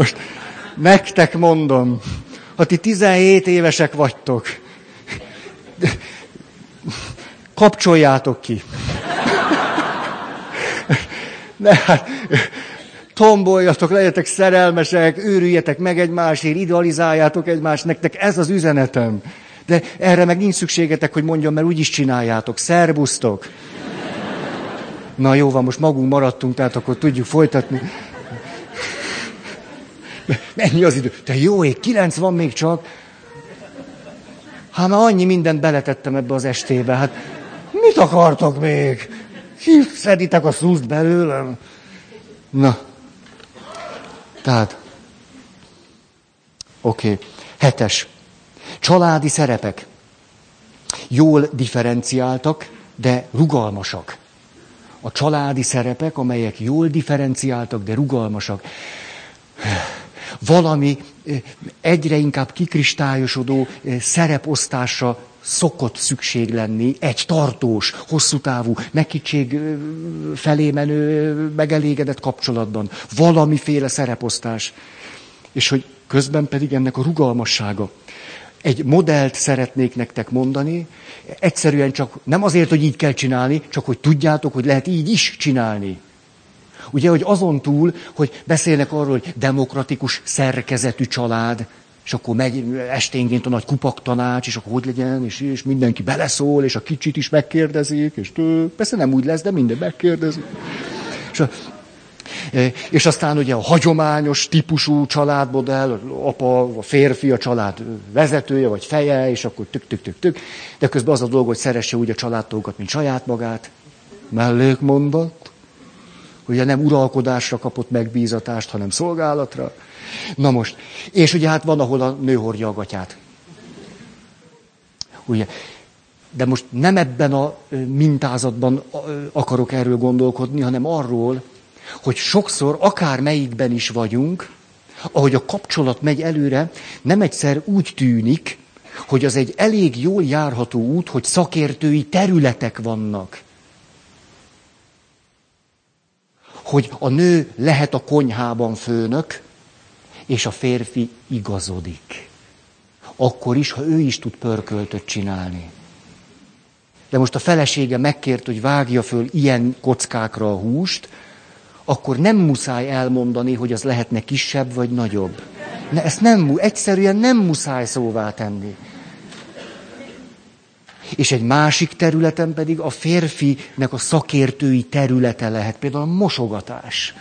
Speaker 1: Most nektek mondom, ha ti tizenhét évesek vagytok, kapcsoljátok ki. Ne, hát, tomboljatok, legyetek szerelmesek, őrüljetek meg egymásért, idealizáljátok egymást, nektek ez az üzenetem. De erre meg nincs szükségetek, hogy mondjam, mert úgyis csináljátok. Szerbusztok! Na jó van, most magunk maradtunk, tehát akkor tudjuk folytatni. Mennyi az idő? Te jó ég, kilenc van még csak. Hát már annyi mindent beletettem ebbe az estébe. Hát mit akartok még? Szeditek a szuszt belőlem? Na. Tehát. Oké. Okay. Hetes. Családi szerepek. Jól differenciáltak, de rugalmasak. A családi szerepek, amelyek jól differenciáltak, de rugalmasak. Valami egyre inkább kikristályosodó szereposztásra szokott szükség lenni, egy tartós, hosszú távú, megkicsék felé menő, megelégedett kapcsolatban. Valamiféle szereposztás. És hogy közben pedig ennek a rugalmassága. Egy modellt szeretnék nektek mondani, egyszerűen csak nem azért, hogy így kell csinálni, csak hogy tudjátok, hogy lehet így is csinálni. Ugye, hogy azon túl, hogy beszélnek arról, hogy demokratikus szerkezetű család, és akkor megy esténként a nagy kupaktanács, és akkor hogy legyen, és, és mindenki beleszól, és a kicsit is megkérdezik, és tő, persze nem úgy lesz, de minden megkérdezik. És, a, és aztán ugye a hagyományos típusú családmodell, apa, a férfi, a család vezetője, vagy feje, és akkor tük-tük-tük-tük, de közben az a dolog, hogy szeresse úgy a családtagokat, mint saját magát. Mellékmondat. Ugye nem uralkodásra kapott megbízatást, hanem szolgálatra. Na most, és ugye hát van, ahol a nő hordja a gatyát. Ugye, de most nem ebben a mintázatban akarok erről gondolkodni, hanem arról, hogy sokszor, akár melyikben is vagyunk, ahogy a kapcsolat megy előre, nem egyszer úgy tűnik, hogy az egy elég jól járható út, hogy szakértői területek vannak. Hogy a nő lehet a konyhában főnök, és a férfi igazodik. Akkor is, ha ő is tud pörköltöt csinálni. De most a felesége megkért, hogy vágja föl ilyen kockákra a húst, akkor nem muszáj elmondani, hogy az lehetne kisebb vagy nagyobb. Ne, ezt nem, egyszerűen nem muszáj szóvá tenni. És egy másik területen pedig a férfinek a szakértői területe lehet, például a mosogatás.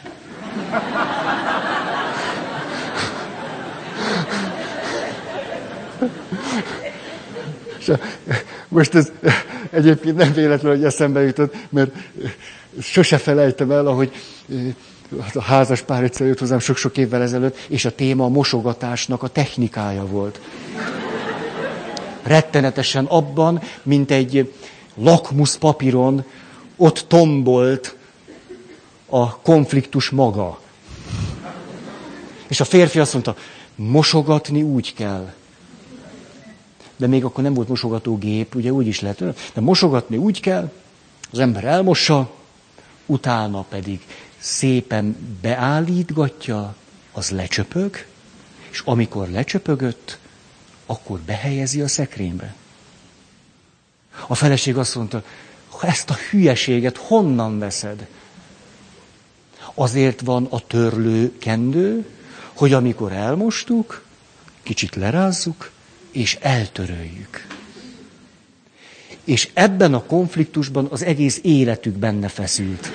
Speaker 1: Most ez egyébként nem véletlen, hogy eszembe jutott, mert sose felejtem el, ahogy a házas pár egyszer jött hozzám sok-sok évvel ezelőtt, és a téma a mosogatásnak a technikája volt. Rettenetesen abban, mint egy lakmuszpapíron, ott tombolt a konfliktus maga. És a férfi azt mondta, mosogatni úgy kell. De még akkor nem volt mosogatógép, ugye úgy is lehet. De mosogatni úgy kell, az ember elmossa, utána pedig szépen beállítgatja, az lecsöpög, és amikor lecsöpögött, akkor behelyezi a szekrénybe. A feleség azt mondta, ezt a hülyeséget honnan veszed? Azért van a törlőkendő, hogy amikor elmostuk, kicsit lerázzuk, és eltöröljük. És ebben a konfliktusban az egész életük benne feszült.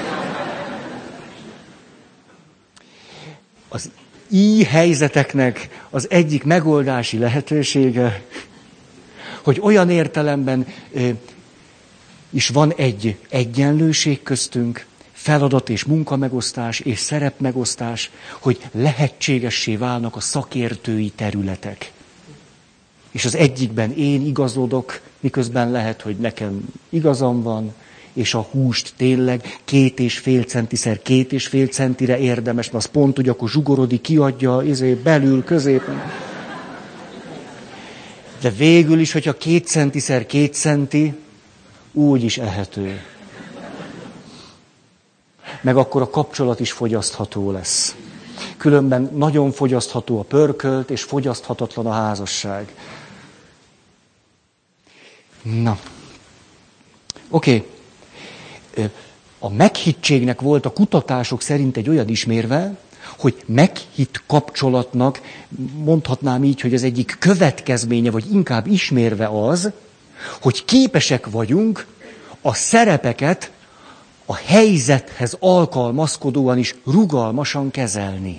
Speaker 1: Az így helyzeteknek az egyik megoldási lehetősége, hogy olyan értelemben ö, is van egy egyenlőség köztünk, feladat és munkamegosztás és szerepmegosztás, hogy lehetségessé válnak a szakértői területek. És az egyikben én igazodok, miközben lehet, hogy nekem igazam van, és a húst tényleg két és fél centiszer két és fél centire érdemes, mert az pont, hogy akkor zsugorodik, kiadja, izé, belül, középen. De végül is, hogyha két centiszer két centi, úgy is ehető. Meg akkor a kapcsolat is fogyasztható lesz. Különben nagyon fogyasztható a pörkölt, és fogyaszthatatlan a házasság. Na. Oké. Okay. A meghittségnek volt a kutatások szerint egy olyan ismérve, hogy meghitt kapcsolatnak, mondhatnám így, hogy az egyik következménye, vagy inkább ismérve az, hogy képesek vagyunk a szerepeket a helyzethez alkalmazkodóan is rugalmasan kezelni.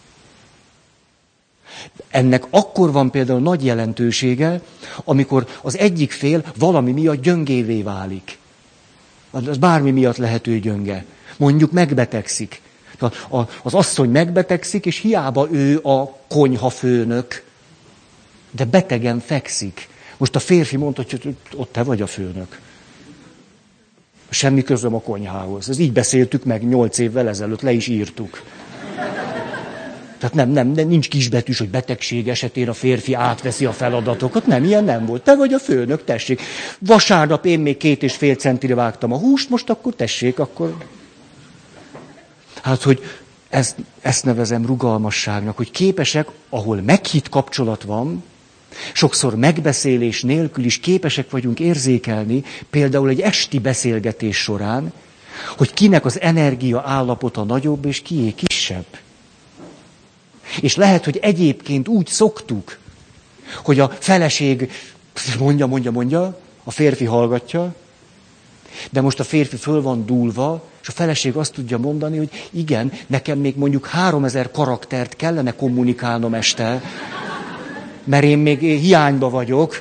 Speaker 1: Ennek akkor van például nagy jelentősége, amikor az egyik fél valami miatt gyöngévé válik. Az bármi miatt lehető gyönge. Mondjuk megbetegszik. Az asszony megbetegszik, és hiába ő a konyhafőnök, de betegen fekszik. Most a férfi mondta, hogy ott te vagy a főnök. Semmi közöm a konyhához. Ez így beszéltük meg nyolc évvel ezelőtt, le is írtuk. Tehát nem, nem, nem, nincs kisbetűs, hogy betegség esetén a férfi átveszi a feladatokat. Nem, ilyen nem volt. Te vagy a főnök, tessék. Vasárnap én még két és fél centire vágtam a húst, most akkor tessék, akkor... Hát, hogy ezt, ezt nevezem rugalmasságnak, hogy képesek, ahol meghitt kapcsolat van, sokszor megbeszélés nélkül is képesek vagyunk érzékelni, például egy esti beszélgetés során, hogy kinek az energia állapota nagyobb, és kié kisebb. És lehet, hogy egyébként úgy szoktuk, hogy a feleség mondja, mondja, mondja, a férfi hallgatja, de most a férfi föl van dúlva, és a feleség azt tudja mondani, hogy igen, nekem még mondjuk háromezer karaktert kellene kommunikálnom este, mert én még hiányba vagyok,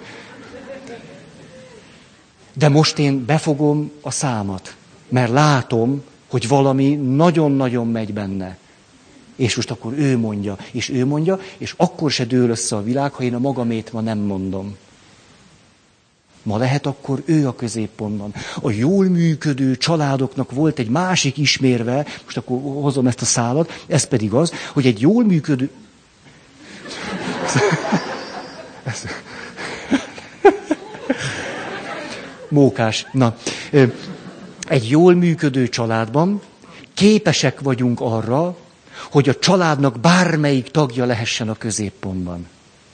Speaker 1: de most én befogom a számat, mert látom, hogy valami nagyon-nagyon megy benne. És most akkor ő mondja, és ő mondja, és akkor se dől össze a világ, ha én a magamét ma nem mondom. Ma lehet akkor ő a középpontban. A jól működő családoknak volt egy másik ismérve, most akkor hozom ezt a szálat, ez pedig az, hogy egy jól működő... Mókás. Na, egy jól működő családban képesek vagyunk arra, hogy a családnak bármelyik tagja lehessen a középpontban.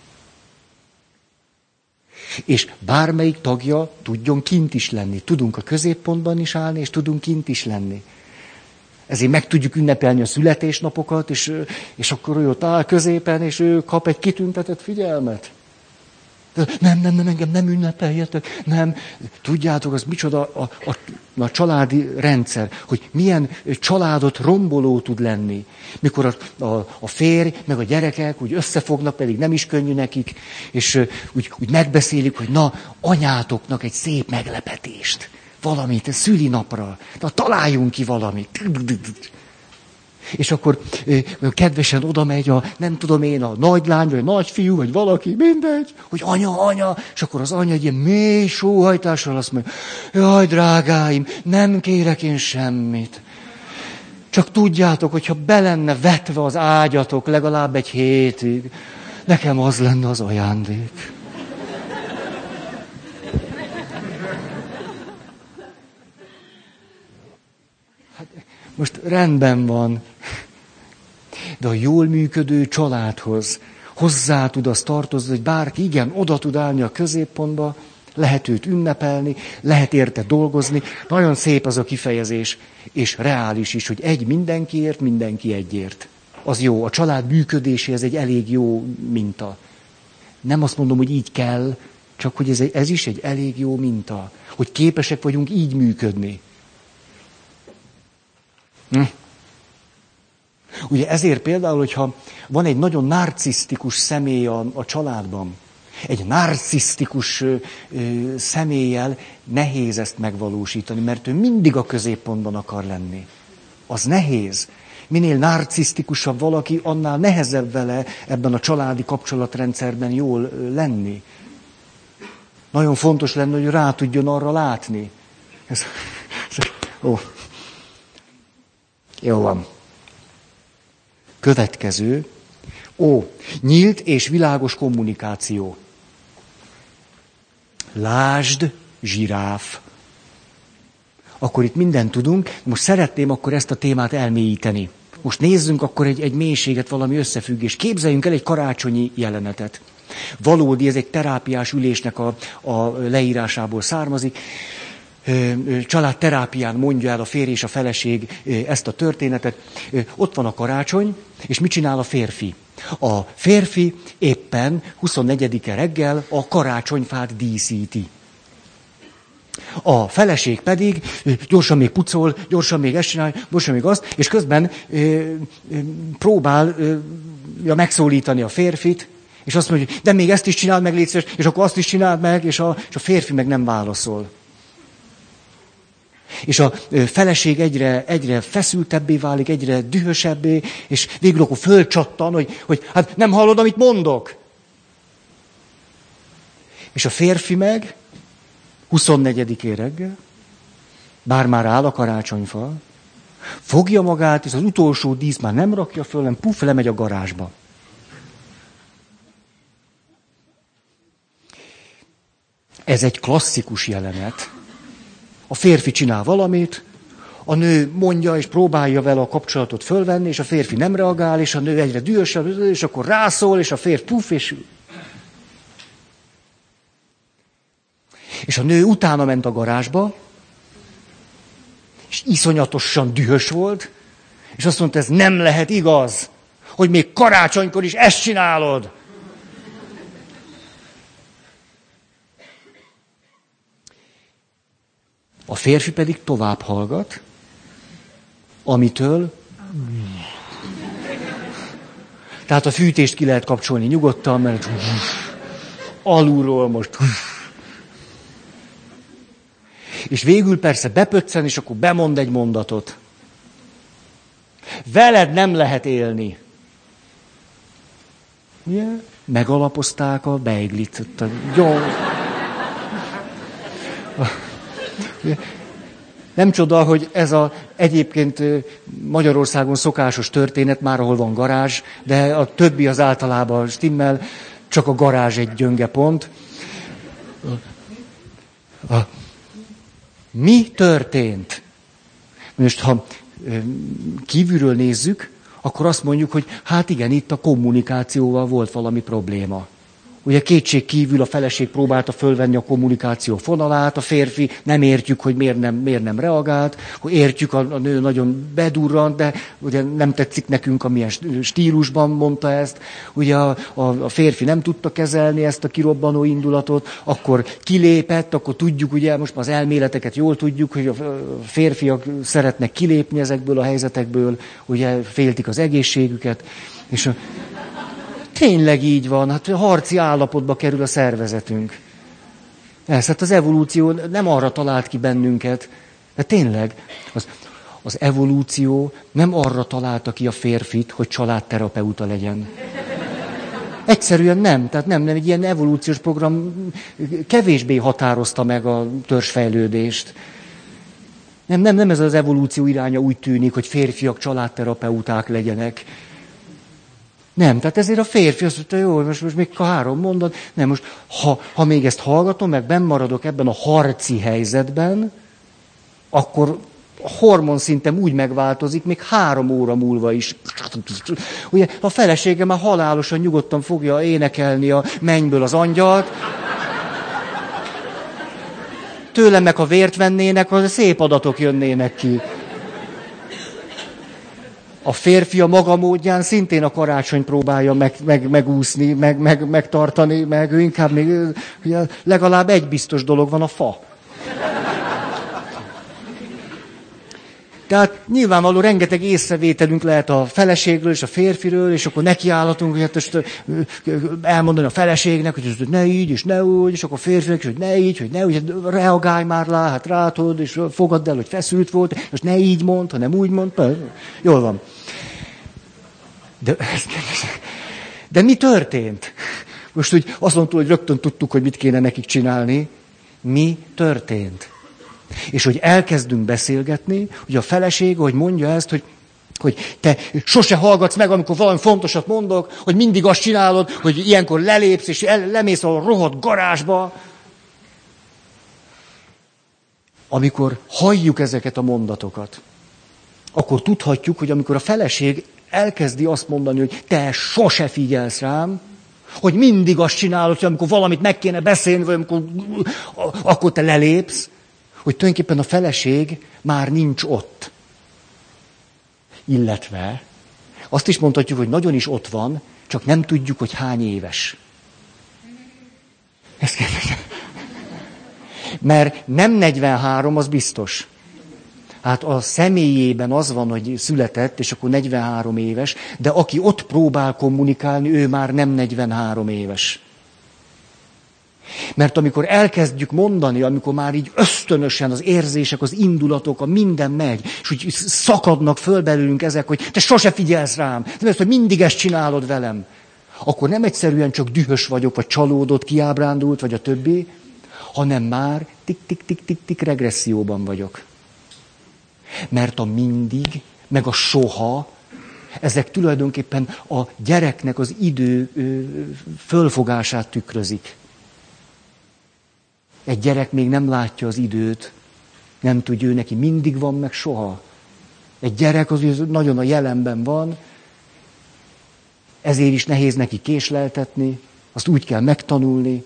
Speaker 1: És bármelyik tagja tudjon kint is lenni. Tudunk a középpontban is állni, és tudunk kint is lenni. Ezért meg tudjuk ünnepelni a születésnapokat, és, és akkor ő ott áll középen, és ő kap egy kitüntetett figyelmet. Nem, nem, nem, engem nem ünnepeljetek, nem. Tudjátok, az micsoda a, a, a családi rendszer, hogy milyen családot romboló tud lenni. Mikor a, a, a férj, meg a gyerekek úgy összefognak, pedig nem is könnyű nekik, és úgy, úgy megbeszélik, hogy na, anyátoknak egy szép meglepetést, valamit, szülinapra, na, találjunk ki valamit. És akkor kedvesen oda megy a, nem tudom én, a nagylány, vagy a nagyfiú, vagy valaki, mindegy, hogy anya, anya, és akkor az anya egy ilyen mély sóhajtással azt mondja, jaj, drágáim, nem kérek én semmit. Csak tudjátok, hogyha be lenne vetve az ágyatok legalább egy hétig, nekem az lenne az ajándék. Most rendben van, de a jól működő családhoz hozzá tud az tartozni, hogy bárki igen, oda tud állni a középpontba, lehet őt ünnepelni, lehet érte dolgozni. Nagyon szép az a kifejezés, és reális is, hogy egy mindenkiért, mindenki egyért. Az jó, a család működéséhez egy elég jó minta. Nem azt mondom, hogy így kell, csak hogy ez, ez is egy elég jó minta, hogy képesek vagyunk így működni. Hm. Ugye ezért például, hogyha van egy nagyon narcisztikus személy a, a családban, egy narcisztikus ö, ö, személlyel nehéz ezt megvalósítani, mert ő mindig a középpontban akar lenni. Az nehéz. Minél narcisztikusabb valaki, annál nehezebb vele ebben a családi kapcsolatrendszerben jól ö, lenni. Nagyon fontos lenne, hogy rá tudjon arra látni. Ez, ez, ó. Jó van. Következő. Ó, nyílt és világos kommunikáció. Lásd, zsiráf. Akkor itt mindent tudunk. Most szeretném akkor ezt a témát elmélyíteni. most nézzünk akkor egy, egy mélységet, valami összefüggés. Képzeljünk el egy karácsonyi jelenetet. Valódi, ez egy terápiás ülésnek a, a leírásából származik. Családterápián mondja el a férj és a feleség ezt a történetet. Ott van a karácsony, és mit csinál a férfi? A férfi éppen huszonnegyedike reggel a karácsonyfát díszíti. A feleség pedig gyorsan még pucol, gyorsan még ezt csinál, gyorsan még azt, és közben ö, ö, próbálja megszólítani a férfit, és azt mondja, hogy de még ezt is csináld meg, légy szíves, és akkor azt is csináld meg, és a, és a férfi meg nem válaszol. És a feleség egyre, egyre feszültebbé válik, egyre dühösebbé, és végül akkor fölcsattan, hogy, hogy hát nem hallod, amit mondok. És a férfi meg huszonnegyedikén reggel, bár már áll a karácsonyfa, fogja magát, és az utolsó dísz már nem rakja föl, hanem puf, lemegy a garázsba. Ez egy klasszikus jelenet. A férfi csinál valamit, a nő mondja és próbálja vele a kapcsolatot fölvenni, és a férfi nem reagál, és a nő egyre dühösebb, és akkor rászól, és a férfi puf, és... És a nő utána ment a garázsba, és iszonyatosan dühös volt, és azt mondta, ez nem lehet igaz, hogy még karácsonykor is ezt csinálod. A férfi pedig tovább hallgat, amitől... Tehát a fűtést ki lehet kapcsolni nyugodtan, mert alulról most... És végül persze bepöccen, és akkor bemond egy mondatot. Veled nem lehet élni. Ugye? Megalapozták a beiglit. Jó. Nem csoda, hogy ez a egyébként Magyarországon szokásos történet, már ahol van garázs, de a többi az általában stimmel, csak a garázs egy gyönge pont. A, a, mi történt? Most, ha kívülről nézzük, akkor azt mondjuk, hogy hát igen, itt a kommunikációval volt valami probléma. Ugye kétség kívül a feleség próbálta fölvenni a kommunikáció fonalát, a férfi nem értjük, hogy miért nem, miért nem reagált, hogy értjük, a, a nő nagyon bedurrant, de ugye nem tetszik nekünk, amilyen stílusban mondta ezt. Ugye a, a, a férfi nem tudta kezelni ezt a kirobbanó indulatot, akkor kilépett, akkor tudjuk, ugye most már az elméleteket jól tudjuk, hogy a férfiak szeretnek kilépni ezekből a helyzetekből, ugye féltik az egészségüket, és a, tényleg így van, hát harci állapotba kerül a szervezetünk. Ez, hát az evolúció nem arra talált ki bennünket, de tényleg, az, az evolúció nem arra találta ki a férfit, hogy családterapeuta legyen. Egyszerűen nem, tehát nem, nem egy ilyen evolúciós program kevésbé határozta meg a törzsfejlődést. Nem, nem, nem ez az evolúció iránya úgy tűnik, hogy férfiak családterapeuták legyenek. Nem, tehát ezért a férfi azt mondta, jó, most, most még a három mondat, nem, most ha, ha még ezt hallgatom, meg benn maradok ebben a harci helyzetben, akkor a hormonszintem úgy megváltozik, még három óra múlva is. Ugye a felesége már halálosan nyugodtan fogja énekelni a mennyből az angyalt, tőlem meg ha vért vennének, az szép adatok jönnének ki. A férfi a maga módján szintén a karácsony próbálja meg, meg, megúszni, meg, meg, megtartani, meg ő inkább még legalább egy biztos dolog van, a fa. Tehát nyilvánvaló rengeteg észrevételünk lehet a feleségről és a férfiről, és akkor nekiállatunk, hogy hát most elmondani a feleségnek, hogy ne így, és ne úgy, és akkor a férfinek, hogy ne így, hogy ne úgy, reagálj már rá, hát rátod, és fogadd el, hogy feszült volt, most ne így mond, hanem úgy mond. Jól van. De, de mi történt? Most úgy azt mondtuk, hogy rögtön tudtuk, hogy mit kéne nekik csinálni. Mi történt? És hogy elkezdünk beszélgetni, hogy a feleség, hogy mondja ezt, hogy, hogy te sose hallgatsz meg, amikor valami fontosat mondok, hogy mindig azt csinálod, hogy ilyenkor lelépsz, és el, lemész a rohadt garázsba. Amikor halljuk ezeket a mondatokat, akkor tudhatjuk, hogy amikor a feleség elkezdi azt mondani, hogy te sose figyelsz rám, hogy mindig azt csinálod, hogy amikor valamit meg kéne beszélni, vagy amikor, akkor te lelépsz, hogy tulajdonképpen a feleség már nincs ott. Illetve azt is mondhatjuk, hogy nagyon is ott van, csak nem tudjuk, hogy hány éves. Ezt kérdezem. Mert nem negyvenhárom, az biztos. Hát a személyében az van, hogy született, és akkor negyvenhárom éves, de aki ott próbál kommunikálni, ő már nem negyvenhárom éves. Mert amikor elkezdjük mondani, amikor már így ösztönösen az érzések, az indulatok, a minden megy, és úgy szakadnak föl belőlünk ezek, hogy te sose figyelsz rám, nem ezt, hogy mindig ezt csinálod velem, akkor nem egyszerűen csak dühös vagyok, vagy csalódott, kiábrándult, vagy a többi, hanem már tik-tik-tik-tik-tik regresszióban vagyok. Mert a mindig, meg a soha, ezek tulajdonképpen a gyereknek az idő fölfogását tükrözik. Egy gyerek még nem látja az időt, nem tudja, ő neki mindig van, meg soha. Egy gyerek az nagyon a jelenben van, ezért is nehéz neki késleltetni, azt úgy kell megtanulni.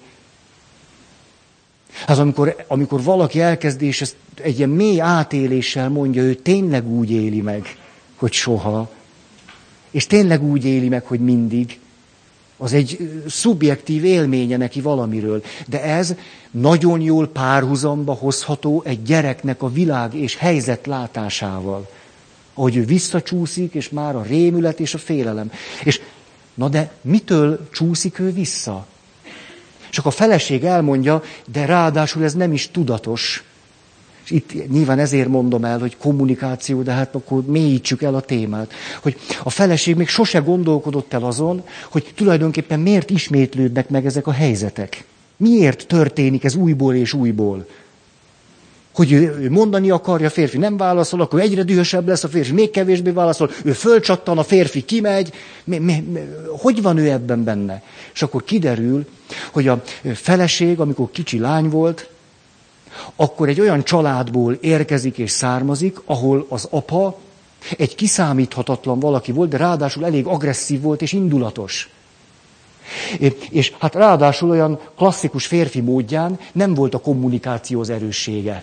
Speaker 1: Hát amikor, amikor valaki elkezdi, és ezt egy ilyen mély átéléssel mondja, ő tényleg úgy éli meg, hogy soha, és tényleg úgy éli meg, hogy mindig, az egy szubjektív élménye neki valamiről. De ez nagyon jól párhuzamba hozható egy gyereknek a világ és helyzet látásával. Ahogy ő visszacsúszik, és már a rémület és a félelem. És na de mitől csúszik ő vissza? Csak a feleség elmondja, de ráadásul ez nem is tudatos. És itt nyilván ezért mondom el, hogy kommunikáció, de hát akkor mélyítsük el a témát. Hogy a feleség még sose gondolkodott el azon, hogy tulajdonképpen miért ismétlődnek meg ezek a helyzetek. Miért történik ez újból és újból? Hogy ő mondani akarja, a férfi nem válaszol, akkor egyre dühösebb lesz, a férfi még kevésbé válaszol, ő fölcsattan, a férfi kimegy. Mi, mi, mi, hogy van ő ebben benne? És akkor kiderül, hogy a feleség, amikor kicsi lány volt, akkor egy olyan családból érkezik és származik, ahol az apa egy kiszámíthatatlan valaki volt, de ráadásul elég agresszív volt és indulatos. És hát ráadásul olyan klasszikus férfi módján nem volt a kommunikációhoz erőssége.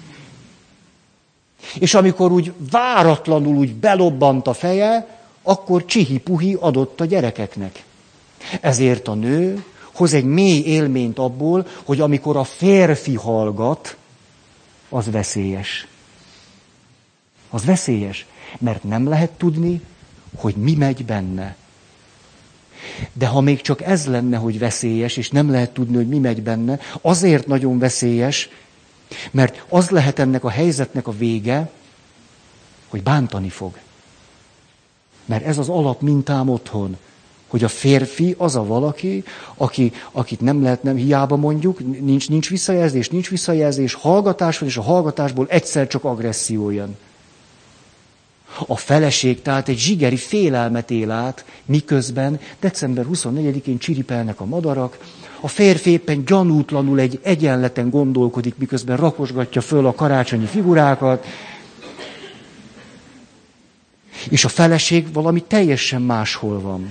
Speaker 1: És amikor úgy váratlanul úgy belobbant a feje, akkor csihi-puhi adott a gyerekeknek. Ezért a nő hoz egy mély élményt abból, hogy amikor a férfi hallgat, az veszélyes. Az veszélyes, mert nem lehet tudni, hogy mi megy benne. De ha még csak ez lenne, hogy veszélyes, és nem lehet tudni, hogy mi megy benne, azért nagyon veszélyes, mert az lehet ennek a helyzetnek a vége, hogy bántani fog. Mert ez az alapmintám otthon, hogy a férfi az a valaki, aki, akit nem lehet, nem hiába mondjuk, nincs, nincs visszajelzés, nincs visszajelzés, hallgatás van, és a hallgatásból egyszer csak agresszió jön. A feleség tehát egy zsigeri félelmet él át, miközben december huszonnegyedikén csiripelnek a madarak, a férfi éppen gyanútlanul egy egyenleten gondolkodik, miközben rakosgatja föl a karácsonyi figurákat, és a feleség valami teljesen máshol van.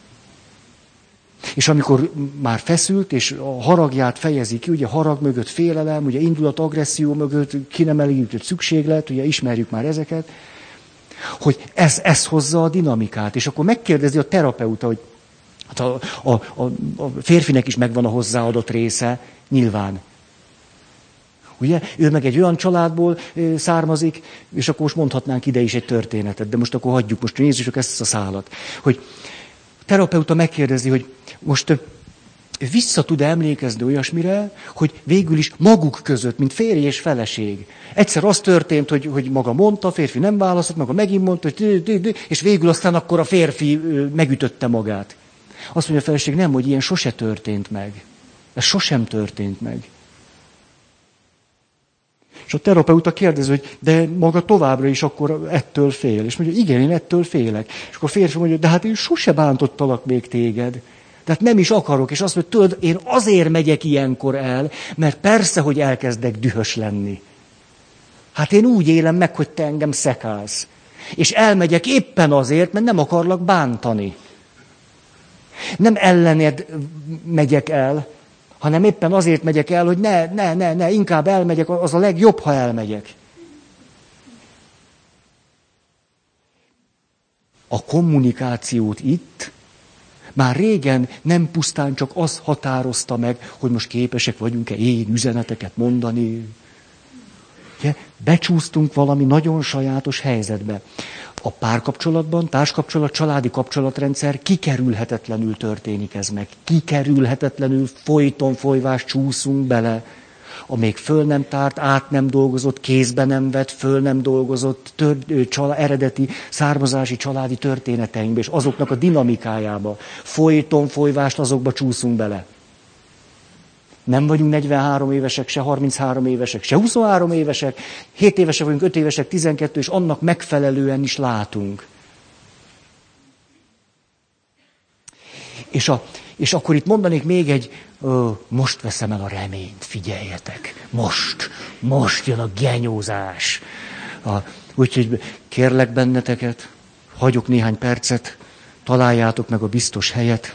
Speaker 1: És amikor már feszült, és a haragját fejezi ki, ugye harag mögött félelem, ugye indulat, agresszió mögött ki nem elégített szükséglet, ugye ismerjük már ezeket, hogy ez, ez hozza a dinamikát. És akkor megkérdezi a terapeuta, hogy hát a, a, a, a férfinek is megvan a hozzáadott része, nyilván. Ugye? Ő meg egy olyan családból származik, és akkor most mondhatnánk ide is egy történetet, de most akkor hagyjuk, most nézzük ezt a szálat. Hogy a terapeuta megkérdezi, hogy most vissza tud emlékezni olyasmire, hogy végül is maguk között, mint férj és feleség. Egyszer az történt, hogy, hogy maga mondta, a férfi nem válaszolt, maga megint mondta, hogy és végül aztán akkor a férfi megütötte magát. Azt mondja a feleség, nem, hogy ilyen sose történt meg. Ez sosem történt meg. És a terapeuta kérdezi, hogy de maga továbbra is akkor ettől fél. És mondja, igen, én ettől félek. És akkor a férfi mondja, de hát én sose bántottalak még téged. Tehát nem is akarok. És azt mondja, tudod, én azért megyek ilyenkor el, mert persze, hogy elkezdek dühös lenni. Hát én úgy élem meg, hogy te engem szekálsz. És elmegyek éppen azért, mert nem akarlak bántani. Nem ellened megyek el, hanem éppen azért megyek el, hogy ne, ne, ne, ne, inkább elmegyek, az a legjobb, ha elmegyek. A kommunikációt itt már régen nem pusztán csak az határozta meg, hogy most képesek vagyunk-e én üzeneteket mondani. Ugye? Becsúsztunk valami nagyon sajátos helyzetbe. A párkapcsolatban, társkapcsolat, családi kapcsolatrendszer kikerülhetetlenül történik ez meg. Kikerülhetetlenül folyton folyvás csúszunk bele. A még föl nem tárt, át nem dolgozott, kézbe nem vett, föl nem dolgozott tör, csala, eredeti származási családi történeteinkbe, és azoknak a dinamikájába. Folyton folyvást azokba csúszunk bele. Nem vagyunk negyvenhárom évesek, se harminchárom évesek, se huszonhárom évesek, hét évesek vagyunk, öt évesek, tizenkettő, és annak megfelelően is látunk. És, a, és akkor itt mondanék még egy, ö, most veszem el a reményt, figyeljetek, most, most jön a genyózás. A, úgyhogy kérlek benneteket, hagyok néhány percet, találjátok meg a biztos helyet.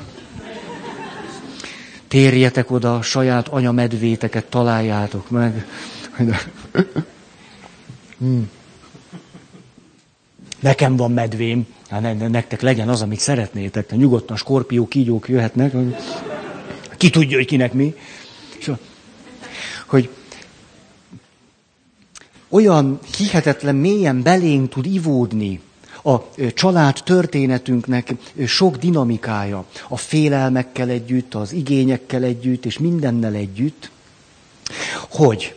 Speaker 1: Térjetek oda, saját anyamedvéteket találjátok meg. Hmm. Nekem van medvém, hát nektek legyen az, amit szeretnétek. De nyugodtan skorpió, kígyók jöhetnek. Ki tudja, hogy kinek mi. Hogy olyan hihetetlen mélyen belénk tud ivódni a család történetünknek sok dinamikája, a félelmekkel együtt, az igényekkel együtt, és mindennel együtt, hogy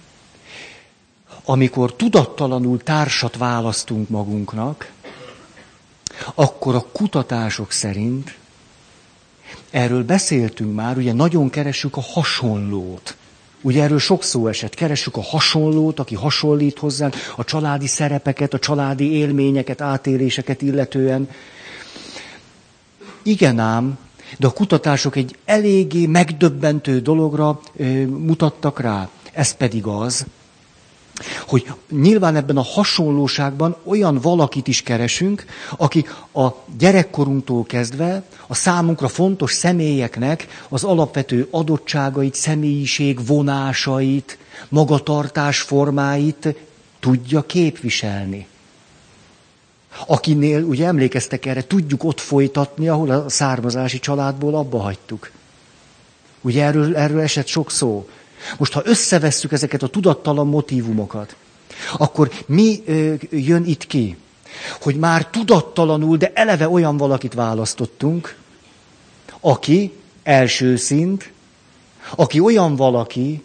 Speaker 1: amikor tudattalanul társat választunk magunknak, akkor a kutatások szerint, erről beszéltünk már, ugye nagyon keressük a hasonlót. Ugye erről sok szó esett. Keressük a hasonlót, aki hasonlít hozzánk, a családi szerepeket, a családi élményeket, átéléseket illetően. Igen ám, de a kutatások egy eléggé megdöbbentő dologra ö, mutattak rá. Ez pedig az, hogy nyilván ebben a hasonlóságban olyan valakit is keresünk, aki a gyerekkorunktól kezdve a számunkra fontos személyeknek az alapvető adottságait, személyiség vonásait, magatartás formáit tudja képviselni. Akinél, ugye emlékeztek erre, tudjuk ott folytatni, ahol a származási családból abba hagytuk. Ugye erről, erről esett sok szó. Most, ha összevesszük ezeket a tudattalan motívumokat, akkor mi ö, jön itt ki? Hogy már tudattalanul, de eleve olyan valakit választottunk, aki első szint, aki olyan valaki,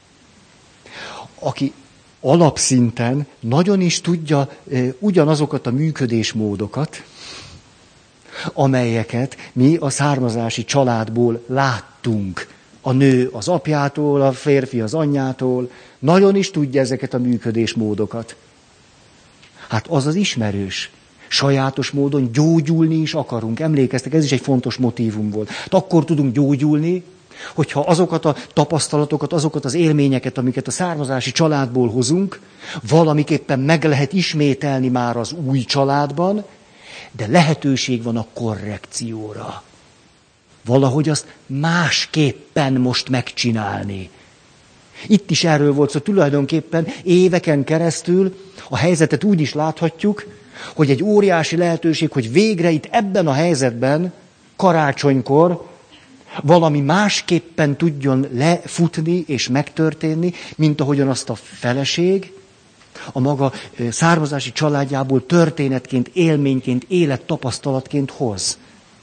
Speaker 1: aki alapszinten nagyon is tudja ö, ugyanazokat a működésmódokat, amelyeket mi a származási családból láttunk. A nő az apjától, a férfi az anyjától, nagyon is tudja ezeket a működésmódokat. Hát az az ismerős. Sajátos módon gyógyulni is akarunk. Emlékeztek, ez is egy fontos motívum volt. Hát akkor tudunk gyógyulni, hogyha azokat a tapasztalatokat, azokat az élményeket, amiket a származási családból hozunk, valamiképpen meg lehet ismételni már az új családban, de lehetőség van a korrekcióra. Valahogy azt másképpen most megcsinálni. Itt is erről volt szó, szóval tulajdonképpen éveken keresztül a helyzetet úgy is láthatjuk, hogy egy óriási lehetőség, hogy végre itt ebben a helyzetben, karácsonykor valami másképpen tudjon lefutni és megtörténni, mint ahogyan azt a feleség a maga származási családjából történetként, élményként, élettapasztalatként hoz.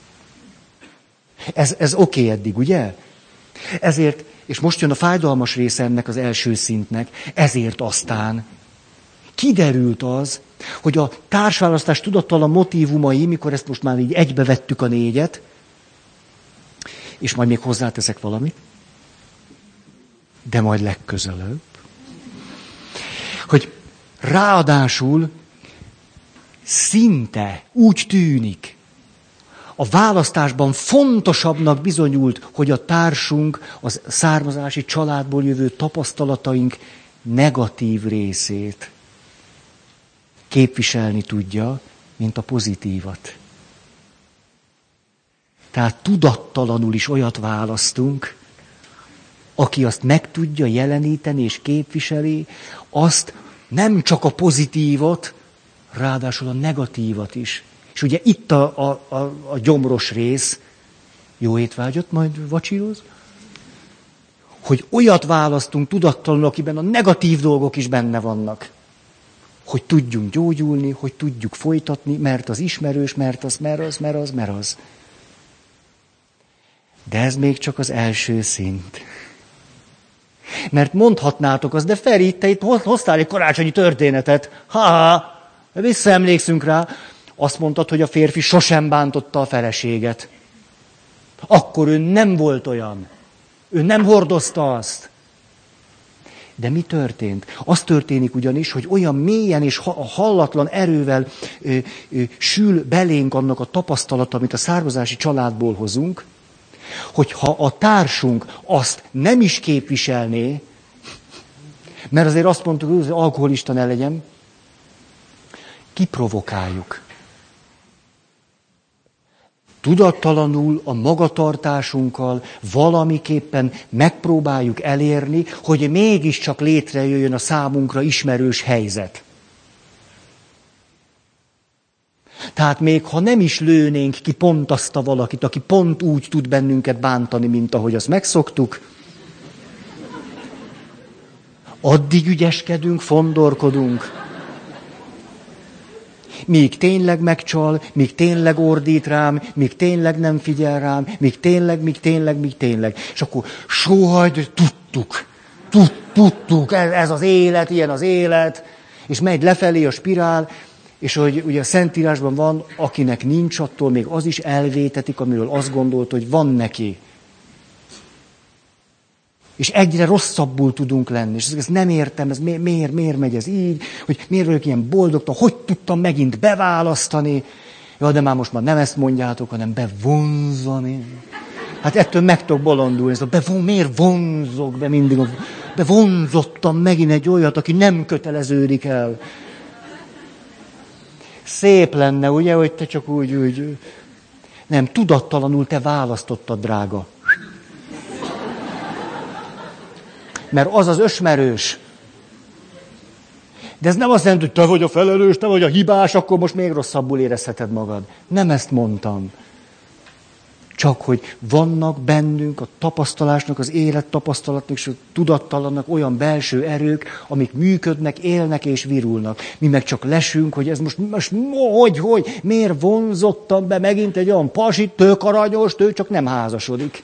Speaker 1: Ez, ez oké okay eddig, ugye? Ezért, és most jön a fájdalmas része ennek az első szintnek, ezért aztán kiderült az, hogy a társválasztás tudattalan motívumai, mikor ezt most már így egybevettük a négyet, és majd még hozzáteszek valamit, de majd legközelebb, hogy ráadásul szinte úgy tűnik, a választásban fontosabbnak bizonyult, hogy a társunk az származási családból jövő tapasztalataink negatív részét képviselni tudja, mint a pozitívat. Tehát tudattalanul is olyat választunk, aki azt meg tudja jeleníteni és képviseli, azt nem csak a pozitívot, ráadásul a negatívat is. És ugye itt a, a, a, a gyomros rész, jó étvágyat, majd vacsiroz, hogy olyat választunk tudattalanul, akiben a negatív dolgok is benne vannak. Hogy tudjunk gyógyulni, hogy tudjuk folytatni, mert az ismerős, mert az, mert az, mert az, mert az. De ez még csak az első szint. Mert mondhatnátok azt, de Feri, te itt hoztál egy karácsonyi történetet. Ha-ha, visszaemlékszünk rá. Azt mondtad, hogy a férfi sosem bántotta a feleséget. Akkor ő nem volt olyan. Ő nem hordozta azt. De mi történt? Az történik ugyanis, hogy olyan mélyen és hallatlan erővel ö, ö, sül belénk annak a tapasztalata, amit a származási családból hozunk, hogy ha a társunk azt nem is képviselné, mert azért azt mondtuk, hogy alkoholista ne legyen, kiprovokáljuk. Tudattalanul a magatartásunkkal valamiképpen megpróbáljuk elérni, hogy mégiscsak létrejöjjön a számunkra ismerős helyzet. Tehát még ha nem is lőnénk ki pont azt a valakit, aki pont úgy tud bennünket bántani, mint ahogy azt megszoktuk, addig ügyeskedünk, fondorkodunk, míg tényleg megcsal, míg tényleg ordít rám, míg tényleg nem figyel rám, míg tényleg, míg tényleg, míg tényleg. És akkor soha, tudtuk, tud, tudtuk, ez, ez az élet, ilyen az élet, és megy lefelé a spirál, és hogy ugye a Szentírásban van, akinek nincs, attól még az is elvétetik, amiről azt gondolt, hogy van neki. És egyre rosszabbul tudunk lenni. És ezt nem értem, ez miért, miért, miért megy ez így, hogy miért vagyok ilyen boldog, hogy tudtam megint beválasztani. Ja, de már most már nem ezt mondjátok, hanem bevonzani. Hát ettől meg tudok bolondulni. Ez a bevon, miért vonzok be mindig? Bevonzottam megint egy olyat, aki nem köteleződik el. Szép lenne, ugye, hogy te csak úgy, úgy... Nem, tudattalanul te választottad, drága. Mert az az ösmerős. De ez nem azt jelenti, hogy te vagy a felelős, te vagy a hibás, akkor most még rosszabbul érezheted magad. Nem ezt mondtam. Csak, hogy vannak bennünk a tapasztalásnak, az élettapasztalatnak és a tudattalannak olyan belső erők, amik működnek, élnek és virulnak. Mi meg csak lesünk, hogy ez most, most hogy, hogy, miért vonzottam be megint egy olyan pasit, tök aranyos, ő csak nem házasodik.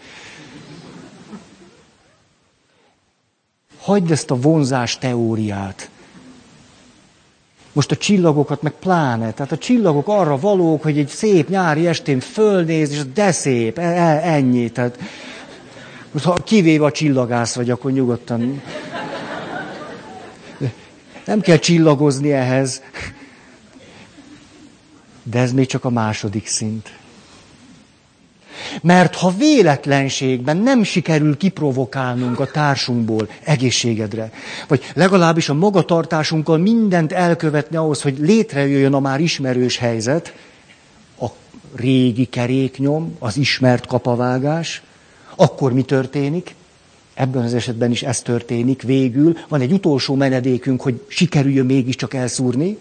Speaker 1: Hagyd ezt a vonzás teóriát. Most a csillagokat meg pláne. Tehát a csillagok arra valók, hogy egy szép nyári estén fölnéz, és de szép, e- e- ennyi. Tehát, most ha kivéve a csillagász vagy, akkor nyugodtan. Nem kell csillagozni ehhez. De ez még csak a második szint. Mert ha véletlenségben nem sikerül kiprovokálnunk a társunkból egészségedre, vagy legalábbis a magatartásunkkal mindent elkövetni ahhoz, hogy létrejöjjön a már ismerős helyzet, a régi keréknyom, az ismert kapavágás, akkor mi történik? Ebben az esetben is ez történik végül. Van egy utolsó menedékünk, hogy sikerüljön mégiscsak elszúrni,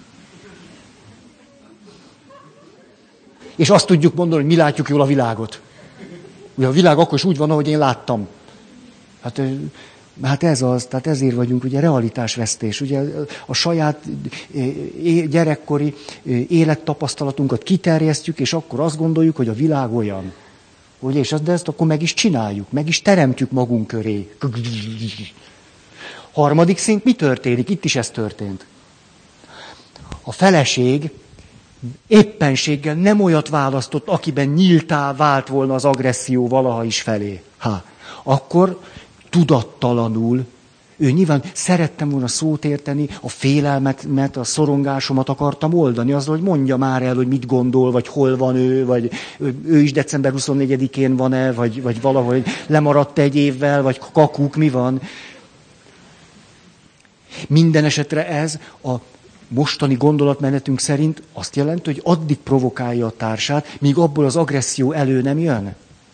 Speaker 1: és azt tudjuk mondani, hogy mi látjuk jól a világot. Ugye a világ akkor is úgy van, ahogy én láttam. Hát, hát ez az, tehát ezért vagyunk, ugye realitásvesztés. Ugye a saját gyerekkori élettapasztalatunkat kiterjesztjük, és akkor azt gondoljuk, hogy a világ olyan. Ugye, és azt, de ezt akkor meg is csináljuk, meg is teremtjük magunk köré. Harmadik szint, mi történik? Itt is ez történt. A feleség éppenséggel nem olyat választott, akiben nyíltá vált volna az agresszió valaha is felé. Ha, akkor tudattalanul, ő nyilván szerettem volna szót érteni, a félelmet, mert a szorongásomat akartam oldani, azzal, hogy mondja már el, hogy mit gondol, vagy hol van ő, vagy ő is december huszonnegyedikén van-e, vagy, vagy valahogy lemaradt egy évvel, vagy kakuk, mi van. Minden esetre ez a mostani gondolatmenetünk szerint azt jelenti, hogy addig provokálja a társát, míg abból az agresszió elő nem jön.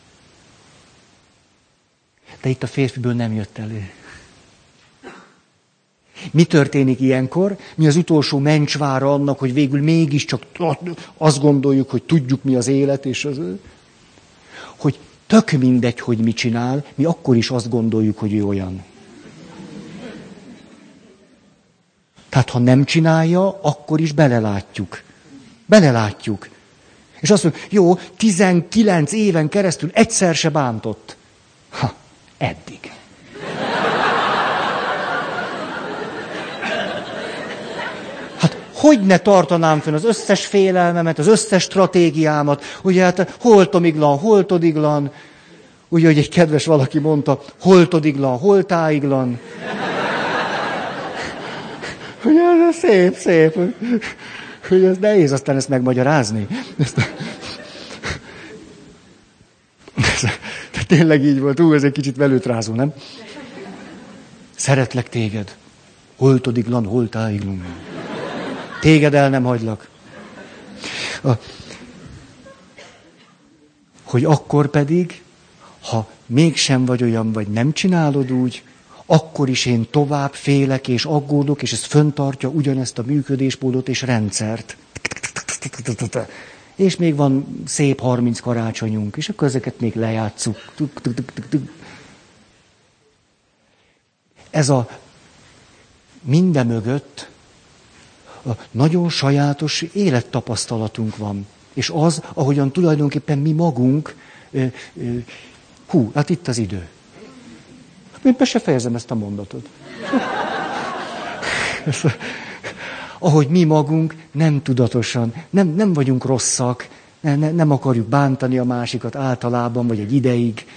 Speaker 1: De itt a férfiből nem jött elő. Mi történik ilyenkor? Mi az utolsó mencsvára annak, hogy végül mégiscsak azt gondoljuk, hogy tudjuk, mi az élet, és az, hogy tök mindegy, hogy mit csinál, mi akkor is azt gondoljuk, hogy ő olyan. Tehát ha nem csinálja, akkor is belelátjuk. Belelátjuk. És azt mondjuk, jó, tizenkilenc éven keresztül egyszer se bántott. Ha, eddig. Hát hogy ne tartanám fönn az összes félelmemet, az összes stratégiámat, ugye hát holtomiglan, holtodiglan, ugye, hogy egy kedves valaki mondta, holtodiglan, holtáiglan. Ugye ez szép, szép. Hogy ez nehéz aztán ezt megmagyarázni. Ezt, ez, tényleg így volt. Ú, ez egy kicsit velőtrázó, nem? Szeretlek téged. Holtodiglan, holtáiglan. Téged el nem hagylak. A, hogy akkor pedig, ha mégsem vagy olyan, vagy nem csinálod úgy, akkor is én tovább félek és aggódok, és ez föntartja ugyanezt a működésmódot és rendszert. És még van szép harminc karácsonyunk, és akkor ezeket még lejátszuk. Ez a minden mögött a nagyon sajátos élettapasztalatunk van. És az, ahogyan tulajdonképpen mi magunk, hú, hát itt az idő. Én be se fejezem ezt a mondatot. Ahogy mi magunk nem tudatosan, nem, nem vagyunk rosszak, ne, ne, nem akarjuk bántani a másikat általában, vagy egy ideig.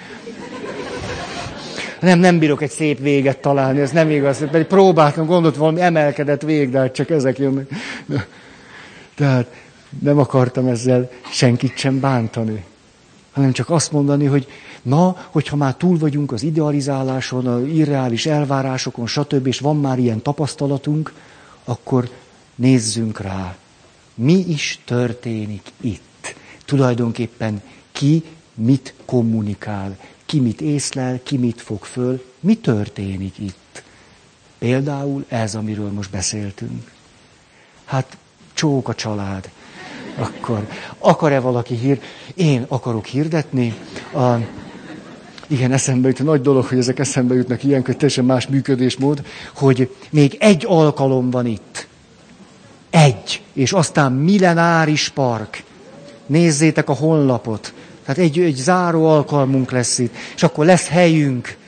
Speaker 1: Nem, nem bírok egy szép véget találni, ez nem igaz. Pedig próbáltam, gondoltam, valami emelkedett vég, de hát csak ezek jönnek. Tehát nem akartam ezzel senkit sem bántani, hanem csak azt mondani, hogy na, hogyha már túl vagyunk az idealizáláson, az irreális elvárásokon, stb., és van már ilyen tapasztalatunk, akkor nézzünk rá. Mi is történik itt? Tulajdonképpen ki mit kommunikál, ki mit észlel, ki mit fog föl, mi történik itt? Például ez, amiről most beszéltünk. Hát csók a család. Akkor akar-e valaki hír? Én akarok hirdetni. A... Igen, eszembe jut, nagy dolog, hogy ezek eszembe jutnak ilyenkor, teljesen más működésmód, hogy még egy alkalom van itt. Egy. És aztán millenáris park. Nézzétek a honlapot. Tehát egy, egy záró alkalmunk lesz itt. És akkor lesz helyünk.